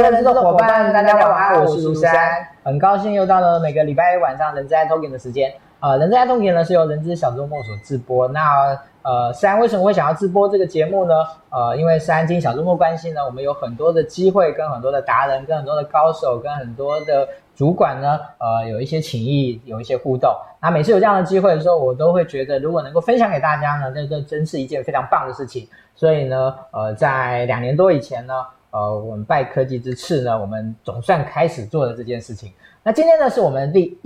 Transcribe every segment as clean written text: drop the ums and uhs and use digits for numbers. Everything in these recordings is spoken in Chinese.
人资的伙伴，大家晚安，我是卢山，很高兴又到了每个礼拜一晚上人资爱 Talking 的时间。人资爱 Talking 呢是由人资小周末所制播。那山为什么会想要制播这个节目呢？因为山经小周末关系呢，我们有很多的机会跟很多的达人、跟很多的高手、跟很多的主管呢，有一些情谊，有一些互动。那每次有这样的机会的时候，我都会觉得，如果能够分享给大家呢，这真是一件非常棒的事情。所以呢，在2年多以前呢，我们拜科技之赐呢，我们总算开始做了这件事情。那今天呢，是我们第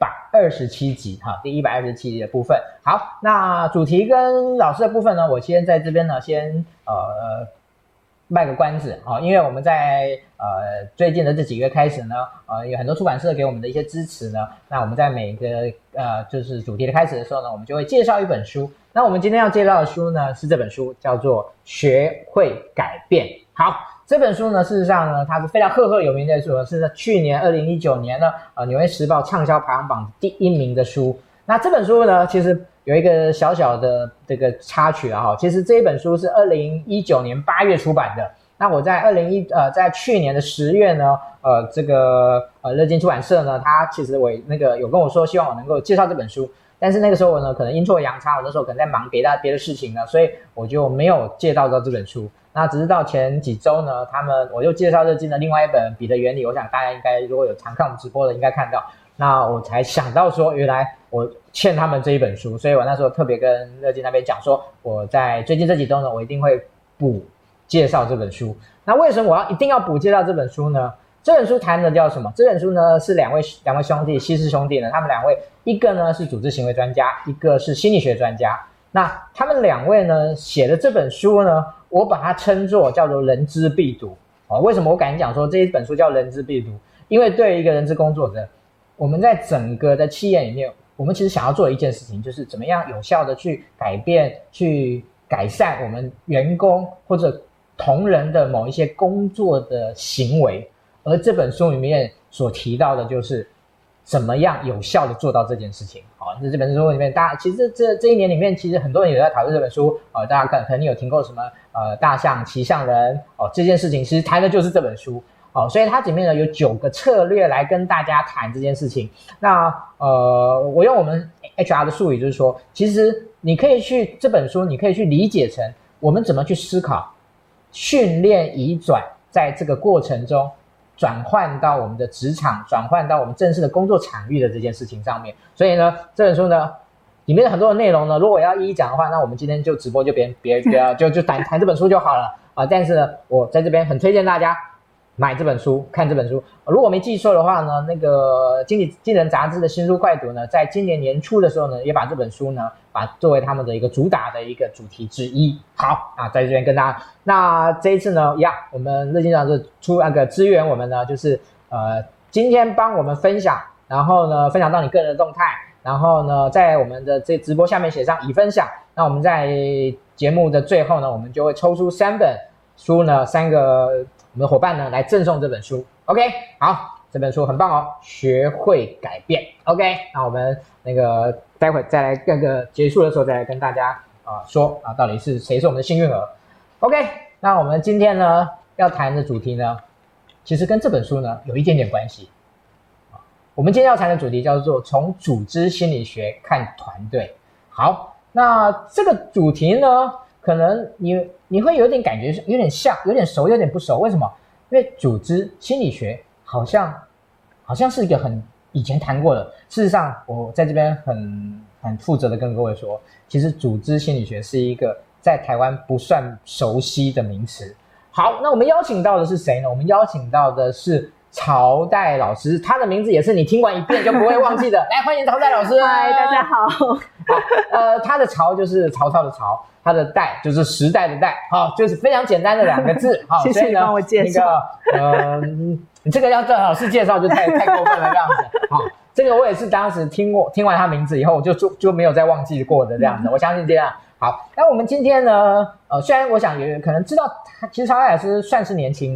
127集哈，第127集的部分。好，那主题跟老师的部分呢，我先在这边呢，先卖个关子啊，因为我们在最近的这几个月开始呢，有很多出版社给我们的一些支持呢。那我们在每个就是主题的开始的时候呢，我们就会介绍一本书。那我们今天要介绍的书呢，是这本书，叫做《学会改变》。好，这本书呢，事实上呢，它是非常赫赫有名的书，是在去年2019年呢，纽约时报畅销排行榜第1名的书。那这本书呢，其实有一个小小的这个插曲啊，其实这一本书是2019年8月出版的。那我在在去年的10月呢，这个乐金出版社呢，他其实有跟我说，希望我能够介绍这本书。但是那个时候我呢，可能阴错阳差，我那时候可能在忙别的事情呢，所以我就没有介绍到这本书。那只是到前几周呢，我又介绍乐金的另外一本《彼得原理》，我想大家应该如果有常看我们直播的，应该看到。那我才想到说，原来我欠他们这一本书，所以我那时候特别跟乐金那边讲说，我在最近这几周呢，我一定会补介绍这本书。那为什么我一定要补介绍这本书呢？这本书谈的叫什么？这本书呢是两位兄弟，西式兄弟呢，他们2位，一个呢是组织行为专家，一个是心理学专家。那他们2位呢写的这本书呢，我把它称作叫做人资必读。为什么我敢讲说这一本书叫人资必读？因为对于一个人资工作者，我们在整个的企业里面，我们其实想要做的一件事情，就是怎么样有效的去改变、去改善我们员工或者同仁的某一些工作的行为。而这本书里面所提到的就是怎么样有效的做到这件事情。在这本书里面，大家其实这1年里面，其实很多人也在讨论这本书。大家可能有听过什么大象骑象人这件事情，其实谈的就是这本书。所以它里面呢有9个策略来跟大家谈这件事情。那我用我们 HR 的术语，就是说，其实你可以去这本书，你可以去理解成我们怎么去思考训练移转，在这个过程中转换到我们的职场，转换到我们正式的工作场域的这件事情上面。所以呢，这本书呢里面的很多的内容呢，如果我要一一讲的话，那我们今天就直播就就谈这本书就好了但是呢，我在这边很推荐大家买这本书，看这本书。如果没记错的话呢，那个经理人杂志的新书快读呢，在今年年初的时候呢，也把这本书呢，作为他们的一个主打的一个主题之一。好在这边跟大家，那这一次呢，我们乐金长是出那个支援我们呢，就是今天帮我们分享，然后呢分享到你个人的动态，然后呢在我们的这直播下面写上已分享。那我们在节目的最后呢，我们就会抽出3本书呢，3个我们的伙伴呢来赠送这本书。 OK， 好，这本书很棒学会改变。 OK， 那我们那个待会再来各个结束的时候再来跟大家说到底是谁是我们的幸运儿。 OK， 那我们今天呢要谈的主题呢，其实跟这本书呢有一点点关系。我们今天要谈的主题叫做从组织心理学看团队。好，那这个主题呢，可能你会有点感觉有点像，有点熟，有点不熟。为什么？因为组织心理学好像是一个以前谈过的。事实上，我在这边很负责的跟各位说，其实组织心理学是一个在台湾不算熟悉的名词。好，那我们邀请到的是谁呢？我们邀请到的是曹代老师，他的名字也是你听完一遍就不会忘记的。来，欢迎曹代老师。 嗨，大家好。 他的曹就是曹操的曹，他的代就是时代的代，就是非常简单的2个字。 谢谢你帮我介绍。 你这个要叫老师介绍就太过分了这样子。这个我也是当时听完他名字以后，就没有再忘记过的这样子。我相信这样。好，那我们今天呢，虽然我想也可能知道其实曹代老师算是年轻的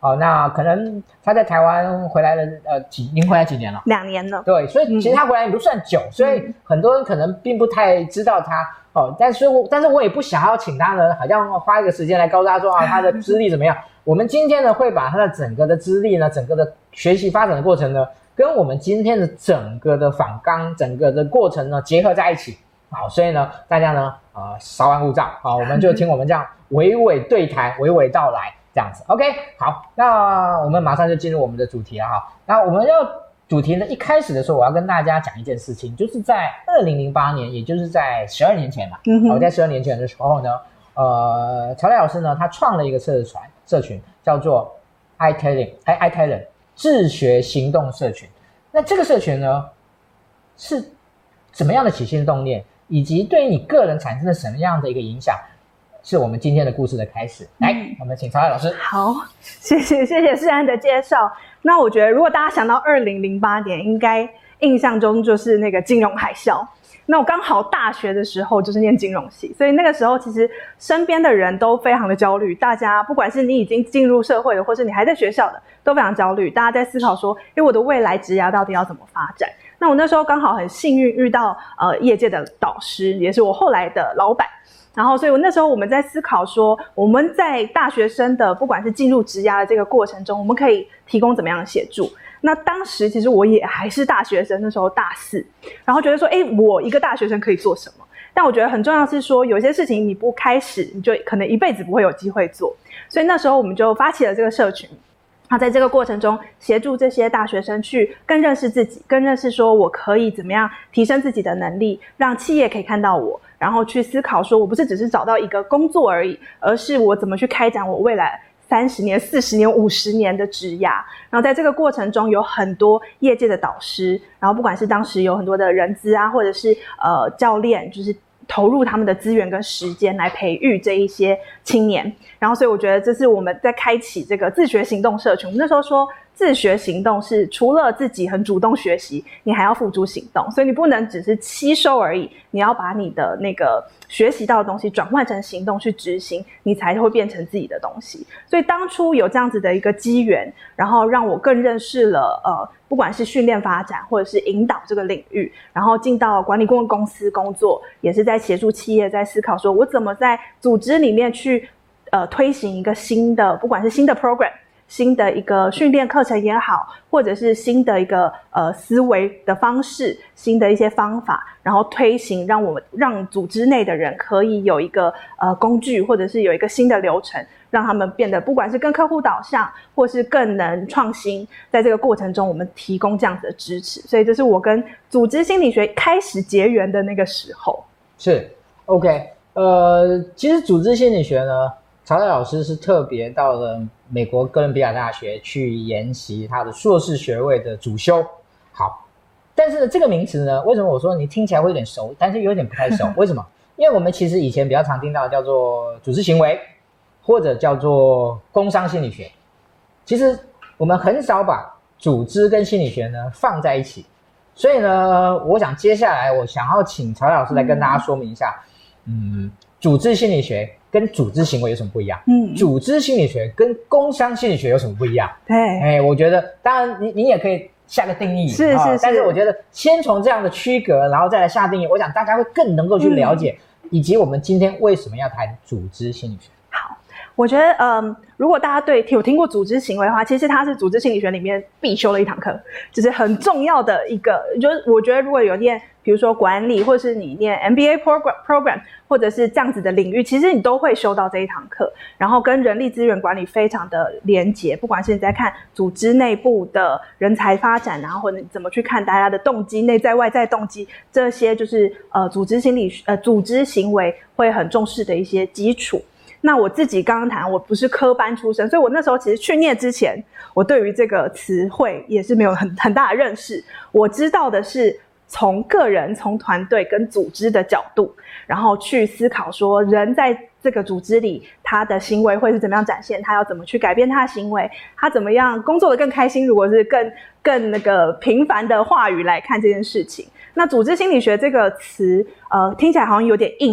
好，那可能他在台湾回来了，您回来几年了 ？2年了。 对，所以其实他回来也不算久，所以很多人可能并不太知道他。但是我也不想要请他呢，好像花一个时间来告诉他说他的资历怎么样。我们今天呢会把他的整个的资历呢，整个的学习发展的过程呢，跟我们今天的整个的访纲、整个的过程呢结合在一起。好，所以呢大家呢稍安勿躁，好，我们就听我们这样娓娓对谈，娓娓道来这样子。OK， 好，那我们马上就进入我们的主题了哈。那我们主题呢一开始的时候，我要跟大家讲一件事情，就是在2008年，也就是在12年前嘛。我在12年前的时候呢，曹代老师呢他创了一个社群，叫做 iTalent 自学行动社群。那这个社群呢是怎么样的起心动念，以及对于你个人产生了什么样的一个影响，是我们今天的故事的开始。来，我们请曹代老师。 好，谢谢世安的介绍。那我觉得如果大家想到2008年，应该印象中就是那个金融海啸。那我刚好大学的时候就是念金融系，所以那个时候其实身边的人都非常的焦虑，大家不管是你已经进入社会的，或是你还在学校的，都非常焦虑。大家在思考说，我的未来职涯到底要怎么发展？那我那时候刚好很幸运遇到业界的导师，也是我后来的老板。然后所以那时候我们在思考说，我们在大学生的不管是进入职涯的这个过程中，我们可以提供怎么样的协助。那当时其实我也还是大学生，那时候大4，然后觉得说我一个大学生可以做什么。但我觉得很重要是说，有些事情你不开始，你就可能一辈子不会有机会做。所以那时候我们就发起了这个社群。那在这个过程中，协助这些大学生去更认识自己，更认识说我可以怎么样提升自己的能力，让企业可以看到我，然后去思考说我不是只是找到一个工作而已，而是我怎么去开展我未来30年、40年、50年的职涯。然后在这个过程中有很多业界的导师，然后不管是当时有很多的人资啊，或者是教练，就是投入他们的资源跟时间来培育这一些青年。然后所以我觉得这是我们在开启这个自学行动社群。我们那时候说自学行动是除了自己很主动学习，你还要付诸行动，所以你不能只是吸收而已，你要把你的那个学习到的东西转换成行动去执行，你才会变成自己的东西。所以当初有这样子的一个机缘，然后让我更认识了不管是训练发展或者是引导这个领域，然后进到管理顾问公司工作，也是在协助企业在思考说我怎么在组织里面去推行一个新的，不管是新的 program， 新的一个训练课程也好，或者是新的一个思维的方式，新的一些方法，然后推行让组织内的人可以有一个工具，或者是有一个新的流程，让他们变得不管是更客户导向，或是更能创新。在这个过程中我们提供这样子的支持，所以这是我跟组织心理学开始结缘的那个时候。 是 OK， 其实组织心理学呢，曹代老师是特别到了美国哥伦比亚大学去研习他的硕士学位的主修。好，但是呢这个名词呢，为什么我说你听起来会有点熟，但是有点不太熟？为什么？因为我们其实以前比较常听到的叫做组织行为，或者叫做工商心理学。其实我们很少把组织跟心理学呢放在一起。所以呢，我想接下来我想要请曹老师来跟大家说明一下，组织心理学跟组织行为有什么不一样？组织心理学跟工商心理学有什么不一样？ 对， 我觉得当然你也可以下个定义， 是， 但是我觉得先从这样的区隔，然后再来下定义，我想大家会更能够去了解，以及我们今天为什么要谈组织心理学。 好，我觉得如果大家有听过组织行为的话，其实它是组织心理学里面必修的一堂课，就是很重要的一个。就是我觉得如果有念比如说管理，或者是你念 MBA program 或者是这样子的领域，其实你都会修到这一堂课，然后跟人力资源管理非常的连结。不管是你在看组织内部的人才发展，然后或者你怎么去看大家的动机，内在外在动机，这些就是组织行为会很重视的一些基础。那我自己刚刚谈，我不是科班出身，所以我那时候其实去念之前，我对于这个词汇也是没有很大的认识。我知道的是从个人、从团队跟组织的角度，然后去思考说人在这个组织里他的行为会是怎么样展现，他要怎么去改变他的行为，他怎么样工作得更开心，如果是更那个平凡的话语来看这件事情。那组织心理学这个词听起来好像有点硬，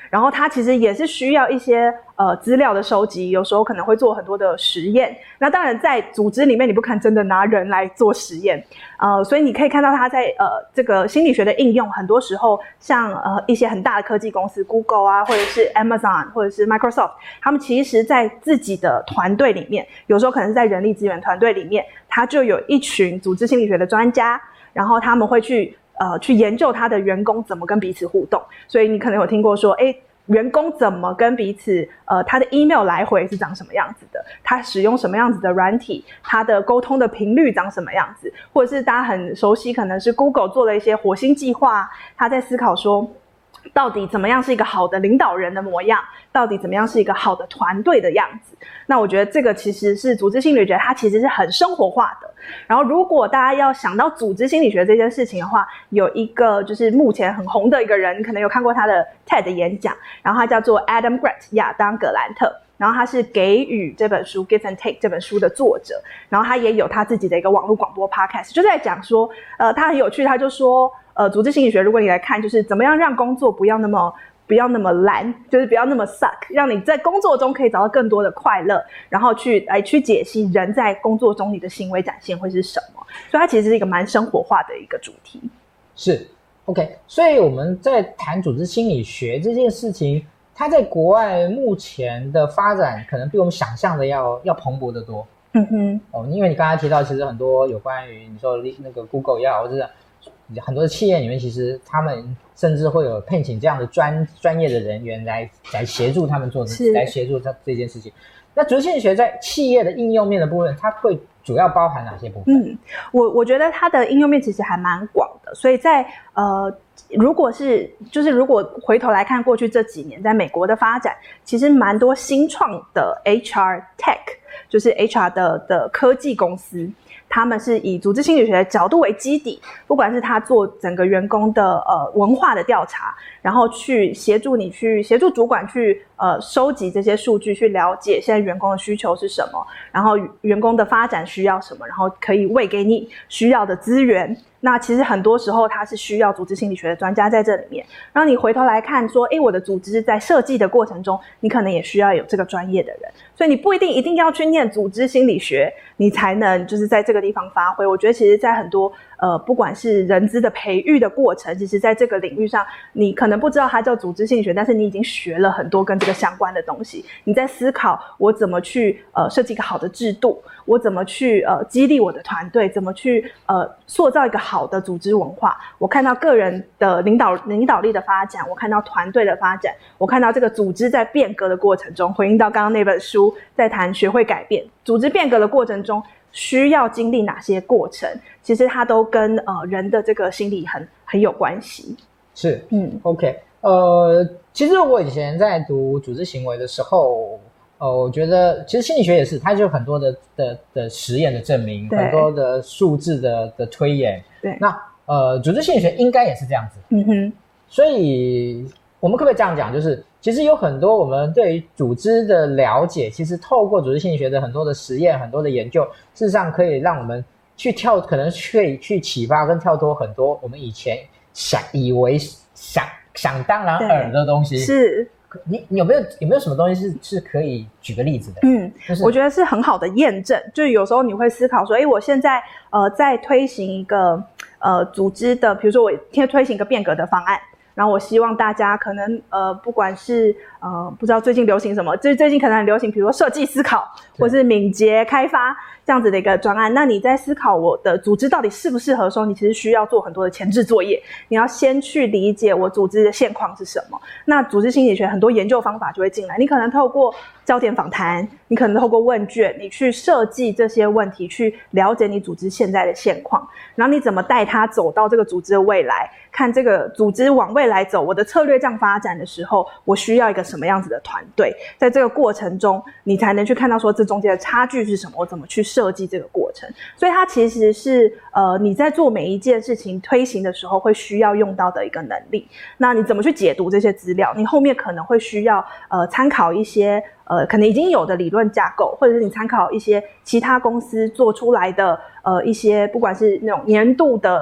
然后它其实也是需要一些资料的收集，有时候可能会做很多的实验。那当然在组织里面你不可能真的拿人来做实验，所以你可以看到它在这个心理学的应用，很多时候像一些很大的科技公司 Google 啊，或者是 Amazon 或者是 Microsoft， 他们其实在自己的团队里面，有时候可能是在人力资源团队里面，他就有一群组织心理学的专家，然后他们会去研究他的员工怎么跟彼此互动。所以你可能有听过说，员工怎么跟彼此他的 email 来回是长什么样子的，他使用什么样子的软体，他的沟通的频率长什么样子，或者是大家很熟悉，可能是 Google 做了一些火星计划，他在思考说到底怎么样是一个好的领导人的模样，到底怎么样是一个好的团队的样子。那我觉得这个其实是组织心理学，它其实是很生活化的。然后如果大家要想到组织心理学这件事情的话，有一个就是目前很红的一个人，你可能有看过他的 TED 演讲，然后他叫做 Adam Grant 亚当格兰特，然后他是给予这本书 Give and Take 这本书的作者，然后他也有他自己的一个网络广播 podcast， 就在讲说他很有趣，他就说组织心理学如果你来看，就是怎么样让工作不要那么懒，就是不要那么 suck， 让你在工作中可以找到更多的快乐，然后去解析人在工作中你的行为展现会是什么。所以它其实是一个蛮生活化的一个主题。 是 OK， 所以我们在谈组织心理学这件事情，它在国外目前的发展可能比我们想象的要蓬勃得多。因为你刚才提到其实很多有关于你说那个 Google 也好，或者是很多的企业里面，其实他们甚至会有聘请这样的专业的人员来协助他们做来协助这件事情。那组织心理学在企业的应用面的部分，它会主要包含哪些部分？ 我觉得它的应用面其实还蛮广的，所以在如果回头来看过去这几年在美国的发展，其实蛮多新创的 HR Tech， 就是 HR 的科技公司，他们是以组织心理学的角度为基底，不管是他做整个员工的文化的调查，然后去协助主管去收集这些数据，去了解现在员工的需求是什么，然后员工的发展需要什么，然后可以喂给你需要的资源。那其实很多时候它是需要组织心理学的专家在这里面，然后你回头来看说我的组织在设计的过程中，你可能也需要有这个专业的人，所以你不一定要去念组织心理学你才能就是在这个地方发挥。我觉得其实在很多不管是人资的培育的过程，其实在这个领域上你可能不知道它叫组织心理学，但是你已经学了很多跟这个相关的东西，你在思考我怎么去设计一个好的制度，我怎么去激励我的团队，怎么去塑造一个好的组织文化。我看到个人的领导力的发展，我看到团队的发展，我看到这个组织在变革的过程中，回应到刚刚那本书在谈学会改变，组织变革的过程中需要经历哪些过程，其实它都跟人的这个心理很有关系。 是OK。其实我以前在读组织行为的时候，我觉得其实心理学也是，它就有很多的实验的证明，很多的数字的推演。 对， 那组织心理学应该也是这样子。所以我们可不可以这样讲，就是其实有很多我们对于组织的了解，其实透过组织心理学的很多的实验，很多的研究，事实上可以让我们可能去启发跟跳脱很多我们以前以为想当然耳的东西。是，你有没有什么东西是可以举个例子的？ 我觉得是很好的验证。就是有时候你会思考说，我现在在推行一个组织的，比如说我推行一个变革的方案，然后我希望大家可能不管是不知道最近流行什么，最近可能很流行，比如说设计思考或是敏捷开发这样子的一个专案。那你在思考我的组织到底适不适合的时候，你其实需要做很多的前置作业，你要先去理解我组织的现况是什么。那组织心理学很多研究方法就会进来，你可能透过焦点访谈，你可能透过问卷，你去设计这些问题，去了解你组织现在的现况，然后你怎么带它走到这个组织的未来，看这个组织往未来走，我的策略这样发展的时候，我需要一个什么样子的团队。在这个过程中你才能去看到说这中间的差距是什么，我怎么去设计这个过程。所以它其实是你在做每一件事情推行的时候会需要用到的一个能力。那你怎么去解读这些资料，你后面可能会需要参考一些可能已经有的理论架构，或者是你参考一些其他公司做出来的一些不管是那种年度的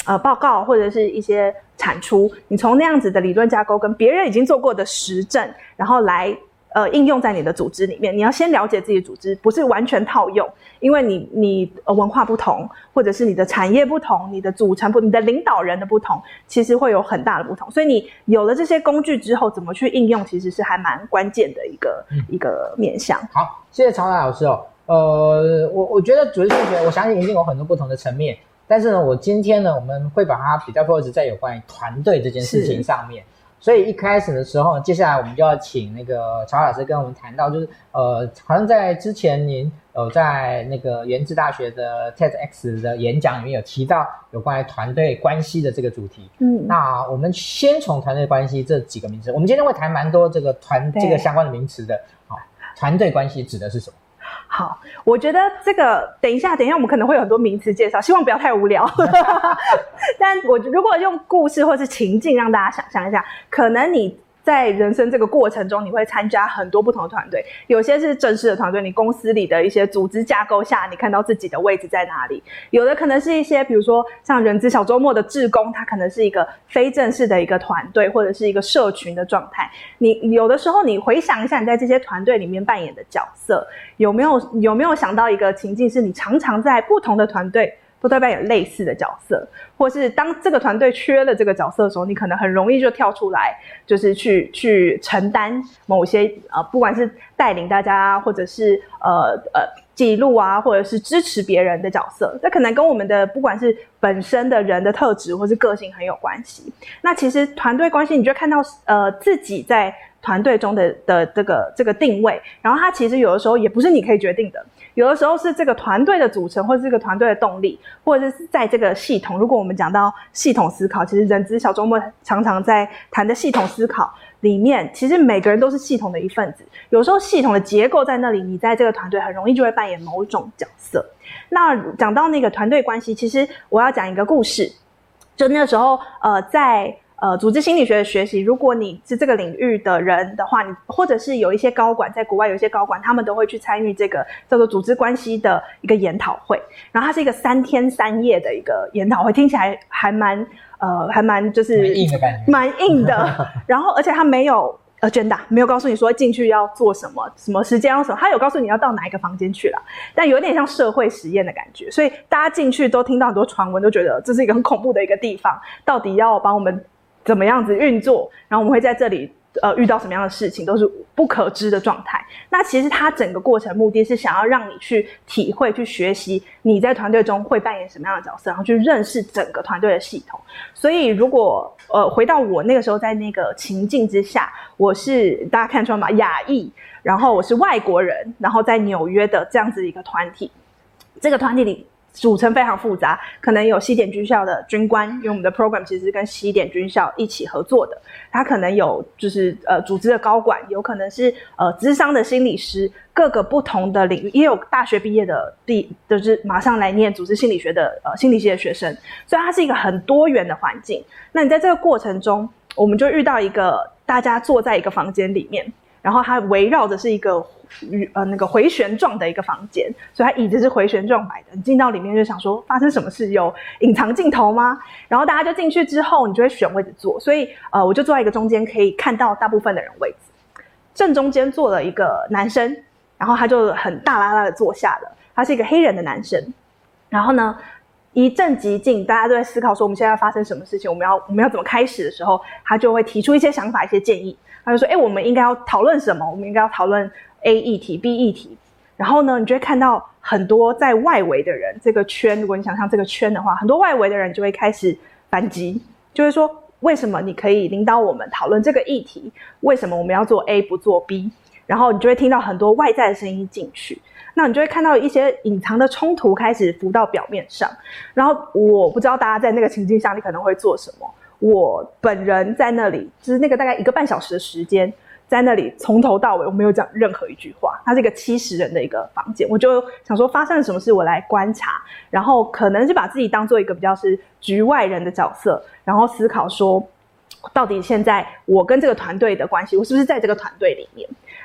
报告或者是一些产出，你从那样子的理论架构跟别人已经做过的实证，然后来应用在你的组织里面。你要先了解自己的组织，不是完全套用，因为你文化不同，或者是你的产业不同，你的组成不同，你的领导人的不同，其实会有很大的不同。所以你有了这些工具之后，怎么去应用，其实是还蛮关键的一个面向。 好，谢谢曹老师哦。我觉得组织心理学，我相信一定有很多不同的层面，但是呢，我今天呢，我们会把它比较 focus 在有关于团队这件事情上面。所以一开始的时候，接下来我们就要请那个曹老师跟我们谈到，就是好像在之前您在那个元智大学的 TEDx 的演讲里面有提到有关于团队关系的这个主题。那我们先从团队关系这几个名词，我们今天会谈蛮多这个这个相关的名词的。好，团队关系指的是什么？ 好，我觉得这个等一下我们可能会有很多名词介绍，希望不要太无聊。但我如果用故事或是情境让大家想象一下，可能你在人生这个过程中，你会参加很多不同的团队，有些是正式的团队，你公司里的一些组织架构下，你看到自己的位置在哪里；有的可能是一些，比如说像人资小周末的志工，它可能是一个非正式的一个团队，或者是一个社群的状态。你有的时候你回想一下，你在这些团队里面扮演的角色，有没有想到一个情境，是你常常在不同的团队都在扮演类似的角色，或是当这个团队缺了这个角色的时候，你可能很容易就跳出来，就是去承担某些不管是带领大家，或者是记录啊，或者是支持别人的角色。这可能跟我们的不管是本身的人的特质或是个性很有关系。那其实团队关系，你就看到自己在团队中的这个定位，然后它其实有的时候也不是你可以决定的，有的时候是这个团队的组成，或是这个团队的动力，或者是在这个系统。如果我们讲到系统思考，其实人资小周末常常在谈的系统思考里面，其实每个人都是系统的一份子。有时候系统的结构在那里，你在这个团队很容易就会扮演某种角色。那讲到那个团队关系，其实我要讲一个故事，就那时候在组织心理学的学习，如果你是这个领域的人的话，你或者是有一些高管，在国外有一些高管，他们都会去参与这个叫做组织关系的一个研讨会。然后它是一个3天3夜的一个研讨会，听起来还蛮就是蛮硬的感觉， 蛮硬的。然后而且它没有agenda， 没有告诉你说进去要做什么，什么时间要什么，他有告诉你要到哪一个房间去啦，但有点像社会实验的感觉，所以大家进去都听到很多传闻，都觉得这是一个很恐怖的一个地方，到底要把我们怎么样子运作，然后我们会在这里遇到什么样的事情，都是不可知的状态。那其实它整个过程目的是想要让你去体会、去学习你在团队中会扮演什么样的角色，然后去认识整个团队的系统。所以如果回到我那个时候在那个情境之下，我是大家看出来嘛，亚裔，然后我是外国人，然后在纽约的这样子一个团体，这个团体里组成非常复杂，可能有西点军校的军官，因为我们的 program 其实是跟西点军校一起合作的，他可能有就是组织的高管，有可能是諮商的心理师，各个不同的领域，也有大学毕业的就是马上来念组织心理学的心理系的学生，所以它是一个很多元的环境。那你在这个过程中，我们就遇到一个大家坐在一个房间里面，然后它围绕着是一个那个回旋状的一个房间，所以它椅子是回旋状摆的。你进到里面就想说发生什么事，有隐藏镜头吗？然后大家就进去之后，你就会选位置坐。所以我就坐在一个中间，可以看到大部分的人位置。正中间坐了一个男生，然后他就很大拉拉的坐下了。他是一个黑人的男生。然后呢，一阵即静，大家都在思考说我们现在发生什么事情，我们要怎么开始的时候，他就会提出一些想法、一些建议。他就说：“我们应该要讨论什么？我们应该要讨论 A 议题、B 议题。”然后呢，你就会看到很多在外围的人，这个圈，如果你想象这个圈的话，很多外围的人就会开始反击，就会说：“为什么你可以领导我们讨论这个议题？为什么我们要做 A 不做 B？” 然后你就会听到很多外在的声音进去，那你就会看到一些隐藏的冲突开始浮到表面上。然后我不知道大家在那个情境下你可能会做什么。我本人在那里，就是那个大概1个半小时的时间，在那里从头到尾我没有讲任何一句话。它是一个70人的一个房间，我就想说发生了什么事我来观察，然后可能是把自己当做一个比较是局外人的角色，然后思考说到底现在我跟这个团队的关系，我是不是在这个团队里面。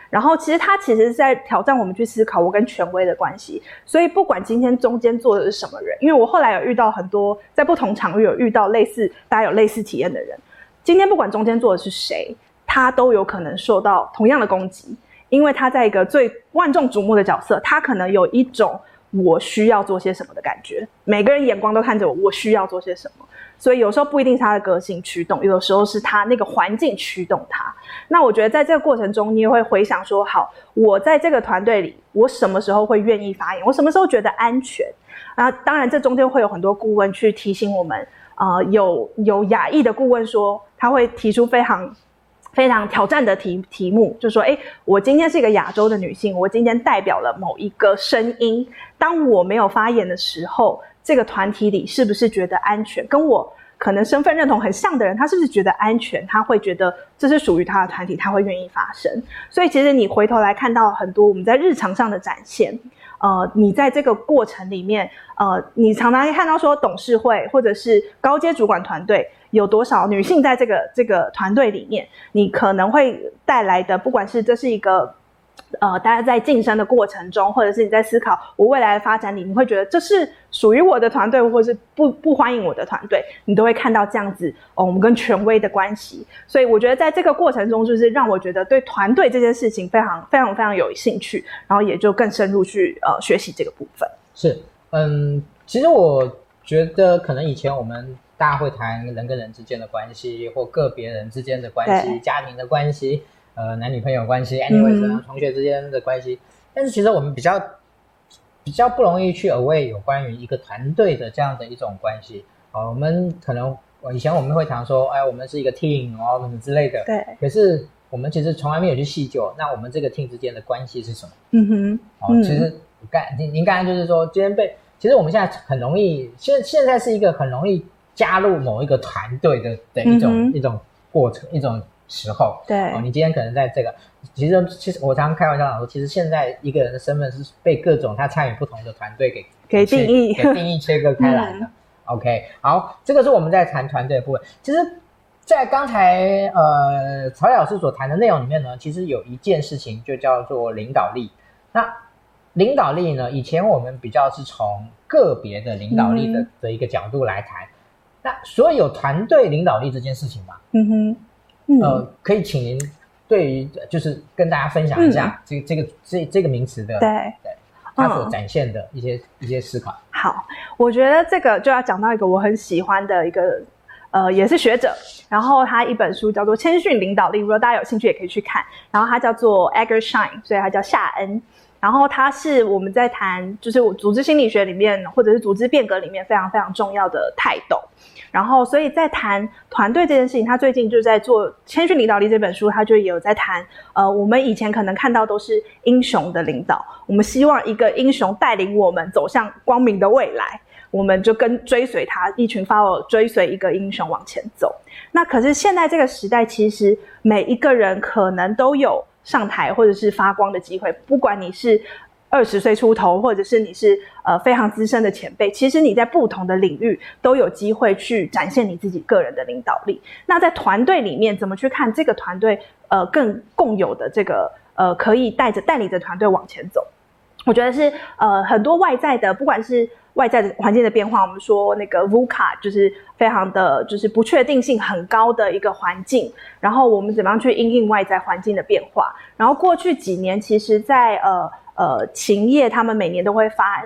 然后其实是在挑战我们去思考我跟权威的关系。所以不管今天中间坐的是什么人，因为我后来有遇到很多在不同场域有遇到大家有类似体验的人，今天不管中间坐的是谁，他都有可能受到同样的攻击，因为他在一个最万众瞩目的角色，他可能有一种我需要做些什么的感觉，每个人眼光都看着我需要做些什么。所以有时候不一定是他的个性驱动，有的时候是他那个环境驱动他。那我觉得在这个过程中，你也会回想说，好，我在这个团队里，我什么时候会愿意发言？我什么时候觉得安全？当然这中间会有很多顾问去提醒我们，有亚裔的顾问说，他会提出非常挑战的题目，就说，我今天是一个亚洲的女性，我今天代表了某一个声音，当我没有发言的时候，这个团体里是不是觉得安全？跟我可能身份认同很像的人，他是不是觉得安全？他会觉得这是属于他的团体，他会愿意发声。所以其实你回头来看到很多我们在日常上的展现，你在这个过程里面，你常常看到说董事会或者是高阶主管团队有多少女性在这个团队里面，你可能会带来的，不管是这是一个大家在晋升的过程中，或者是你在思考我未来的发展里，你会觉得这是属于我的团队，或者是不欢迎我的团队，你都会看到这样子我们跟权威的关系。所以我觉得在这个过程中，就是让我觉得对团队这件事情非常非常非常有兴趣，然后也就更深入去学习这个部分。 是，其实我觉得可能以前我们大家会谈人跟人之间的关系，或个别人之间的关系，家庭的关系，男女朋友关系 anyways 同学之间的关系，但是其实我们比较不容易去 aware 有关于一个团队的这样的一种关系。我们可能以前我们会谈说，我们是一个 team 什么之类的， 对。 可是我们其实从来没有去细究，那我们这个 team 之间的关系是什么？其实您刚才就是说，其实我们现在很容易，现在是一个很容易加入某一个团队的一种过程，一种时候。 对， 你今天可能在这个，其实我常常开玩笑讲说，其实现在一个人的身份是被各种他参与不同的团队给定义切割开来的。OK， 好，这个是我们在谈团队的部分。其实在刚才曹老师所谈的内容里面呢，其实有一件事情就叫做领导力。那领导力呢，以前我们比较是从个别的领导力的一个角度来谈。那所以有团队领导力这件事情嘛，可以请您对于就是跟大家分享一下这个名词的对它所展现的一些思考。 好，我觉得这个就要讲到一个我很喜欢的一个也是学者，然后他一本书叫做《谦逊领导力》，如果大家有兴趣也可以去看。然后他叫做 Edgar Schein， 所以他叫夏恩。然后他是我们在谈就是组织心理学里面或者是组织变革里面非常非常重要的泰斗。然后所以在谈团队这件事情，他最近就在做《谦逊领导力》这本书，他就也有在谈我们以前可能看到都是英雄的领导，我们希望一个英雄带领我们走向光明的未来，我们就追随他，一群 follower 追随一个英雄往前走。那可是现在这个时代，其实每一个人可能都有上台或者是发光的机会，不管你是20岁出头，或者是你是非常资深的前辈，其实你在不同的领域都有机会去展现你自己个人的领导力。那在团队里面怎么去看这个团队更共有的这个可以带领着团队往前走？我觉得是很多外在的，不管是外在的环境的变化，我们说那个 VUCA 就是非常的就是不确定性很高的一个环境，然后我们怎么样去因应外在环境的变化。然后过去几年其实在勤业他们每年都会发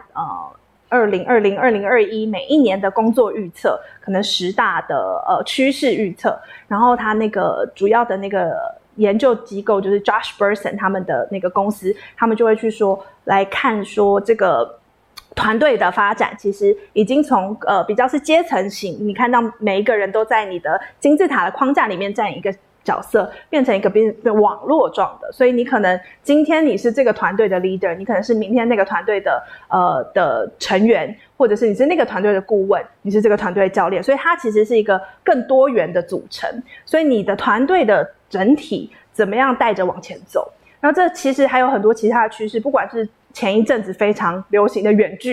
2020、2021每一年的工作预测，可能10大的趋势预测。然后他那个主要的那个研究机构就是 Josh Bersin 他们的那个公司，他们就会去说来看说这个团队的发展其实已经从比较是阶层型，你看到每一个人都在你的金字塔的框架里面占一个角色，变成一个变网络状的。所以你可能今天你是这个团队的 leader， 你可能是明天那个团队的成员，或者是你是那个团队的顾问，你是这个团队的教练。所以它其实是一个更多元的组成。所以你的团队的整体怎么样带着往前走？然后这其实还有很多其他的趋势，不管是前一阵子非常流行的远距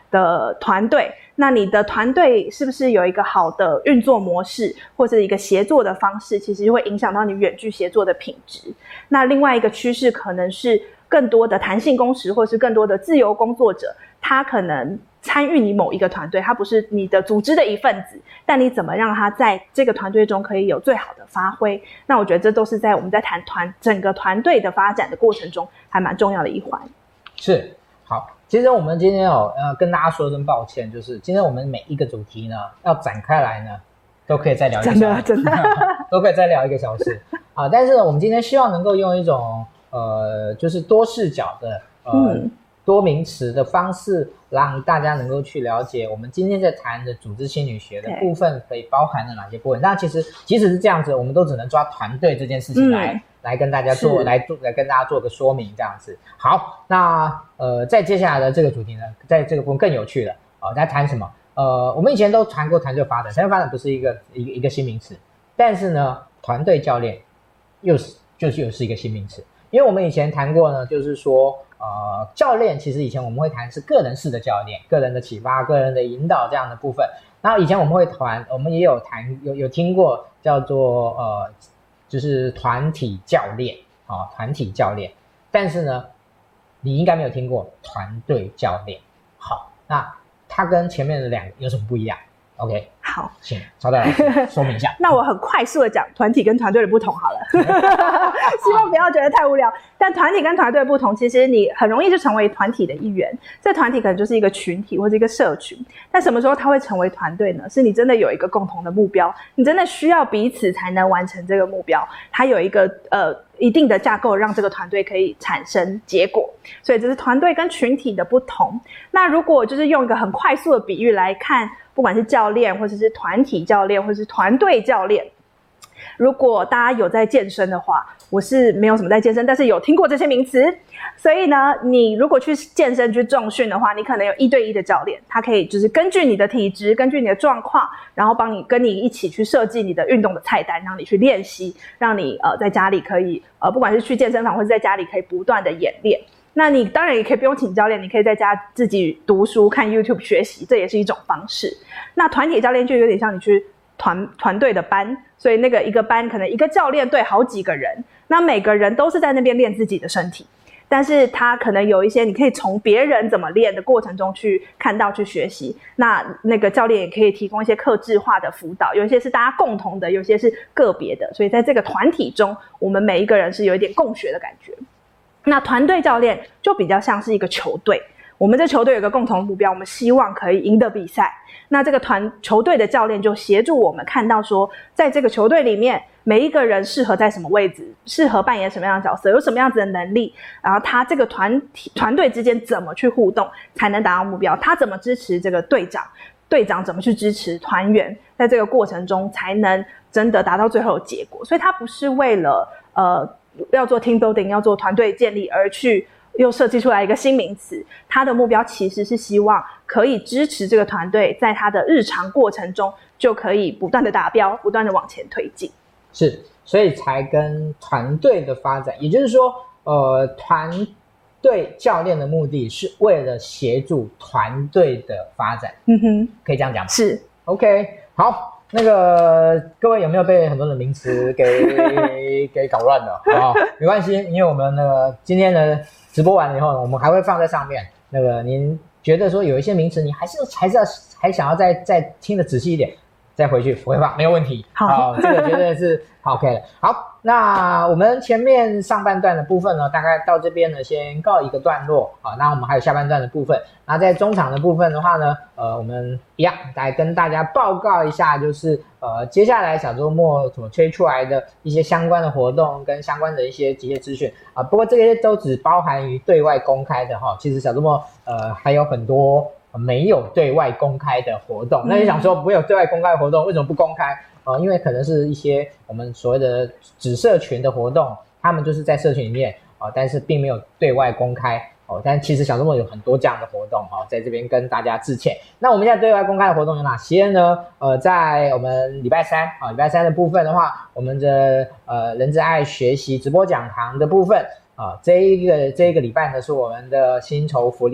的团队，那你的团队是不是有一个好的运作模式，或者一个协作的方式，其实会影响到你远距协作的品质。那另外一个趋势可能是更多的弹性工时，或是更多的自由工作者，他可能参与你某一个团队，他不是你的组织的一份子，但你怎么让他在这个团队中可以有最好的发挥，那我觉得这都是在我们在谈整个团队的发展的过程中还蛮重要的一环。 是，好，其实我们今天跟大家说声抱歉，就是今天我们每一个主题呢要展开来呢都可以再聊一个小时， 真的都可以再聊1个小时啊。但是我们今天希望能够用一种就是多视角的多名词的方式，让大家能够去了解我们今天在谈的组织心理学的部分可以包含了哪些部分。那其实即使是这样子，我们都只能抓团队这件事情来跟大家来跟大家做个说明，这样子。好，那在接下来的这个主题呢，在这个部分更有趣了在谈什么？我们以前都谈过团队发展，团队发展不是一个新名词，但是呢，团队教练又是一个新名词。因为我们以前谈过呢，就是说教练其实以前我们会谈是个人式的教练，个人的启发，个人的引导这样的部分。然后以前我们也有有听过叫做就是团体教练团体教练。但是呢，你应该没有听过团队教练。好，那它跟前面的2个有什么不一样？ OK， 好， 请曹代老师说明一下。 那我很快速的讲团体跟团队的不同好了希望不要觉得太无聊。但团体跟团队的不同，其实你很容易就成为团体的一员，这团体可能就是一个群体或者一个社群。但什么时候它会成为团队呢？是你真的有一个共同的目标，你真的需要彼此才能完成这个目标，它有一个一定的架构让这个团队可以产生结果。所以这是团队跟群体的不同。那如果就是用一个很快速的比喻来看，不管是教练或者是团体教练或者是团队教练，如果大家有在健身的话，我是没有什么在健身，但是有听过这些名词。所以呢，你如果去健身去重训的话，你可能有1对1的教练，他可以就是根据你的体质，根据你的状况，然后跟你一起去设计你的运动的菜单，让你去练习，让你在家里可以不管是去健身房或是在家里可以不断的演练。那你当然也可以不用请教练，你可以在家自己读书看 YouTube 学习，这也是一种方式。那团体教练就有点像你去团队的班，所以那个一个班可能一个教练对好几个人，那每个人都是在那边练自己的身体，但是他可能有一些你可以从别人怎么练的过程中去看到去学习。那个教练也可以提供一些客制化的辅导，有一些是大家共同的，有些是个别的，所以在这个团体中，我们每一个人是有一点共学的感觉。那团队教练就比较像是一个球队，我们这球队有一个共同目标，我们希望可以赢得比赛。那这个球队的教练就协助我们看到说，在这个球队里面，每一个人适合在什么位置，适合扮演什么样的角色，有什么样子的能力，然后他这个团队之间怎么去互动才能达到目标，他怎么支持这个队长怎么去支持团员，在这个过程中才能真的达到最后的结果。所以他不是为了要做 team building 要做团队建立而去又设计出来一个新名词，他的目标其实是希望可以支持这个团队在他的日常过程中就可以不断的达标，不断的往前推进。是， 所以才跟团队的发展，也就是说团队教练的目的是为了协助团队的发展。可以这样讲吗？ 是。 OK， 好。那个各位有没有被很多的名词给搞乱了没关系，因为我们那个今天的直播完了以后呢，我们还会放在上面。那个您觉得说有一些名词你还想要再听得仔细一点，再回去回放没有问题。好，这个绝对是 OK 的。好，那我们前面上半段的部分呢，大概到这边呢先告一个段落。好，那我们还有下半段的部分。那在中场的部分的话呢，我们一样来跟大家报告一下，就是接下来小周末所推出来的一些相关的活动跟相关的一些资讯不过这些都只包含于对外公开的其实小周末还有很多没有对外公开的活动。那你想说没有对外公开的活动为什么不公开？因为可能是一些我们所谓的子社群的活动，他们就是在社群里面但是并没有对外公开但其实小周末有很多这样的活动在这边跟大家致歉。那我们现在对外公开的活动有哪些呢？在我们礼拜三的部分的话，我们的人之爱学习直播讲堂的部分这一个礼拜呢是我们的薪酬福利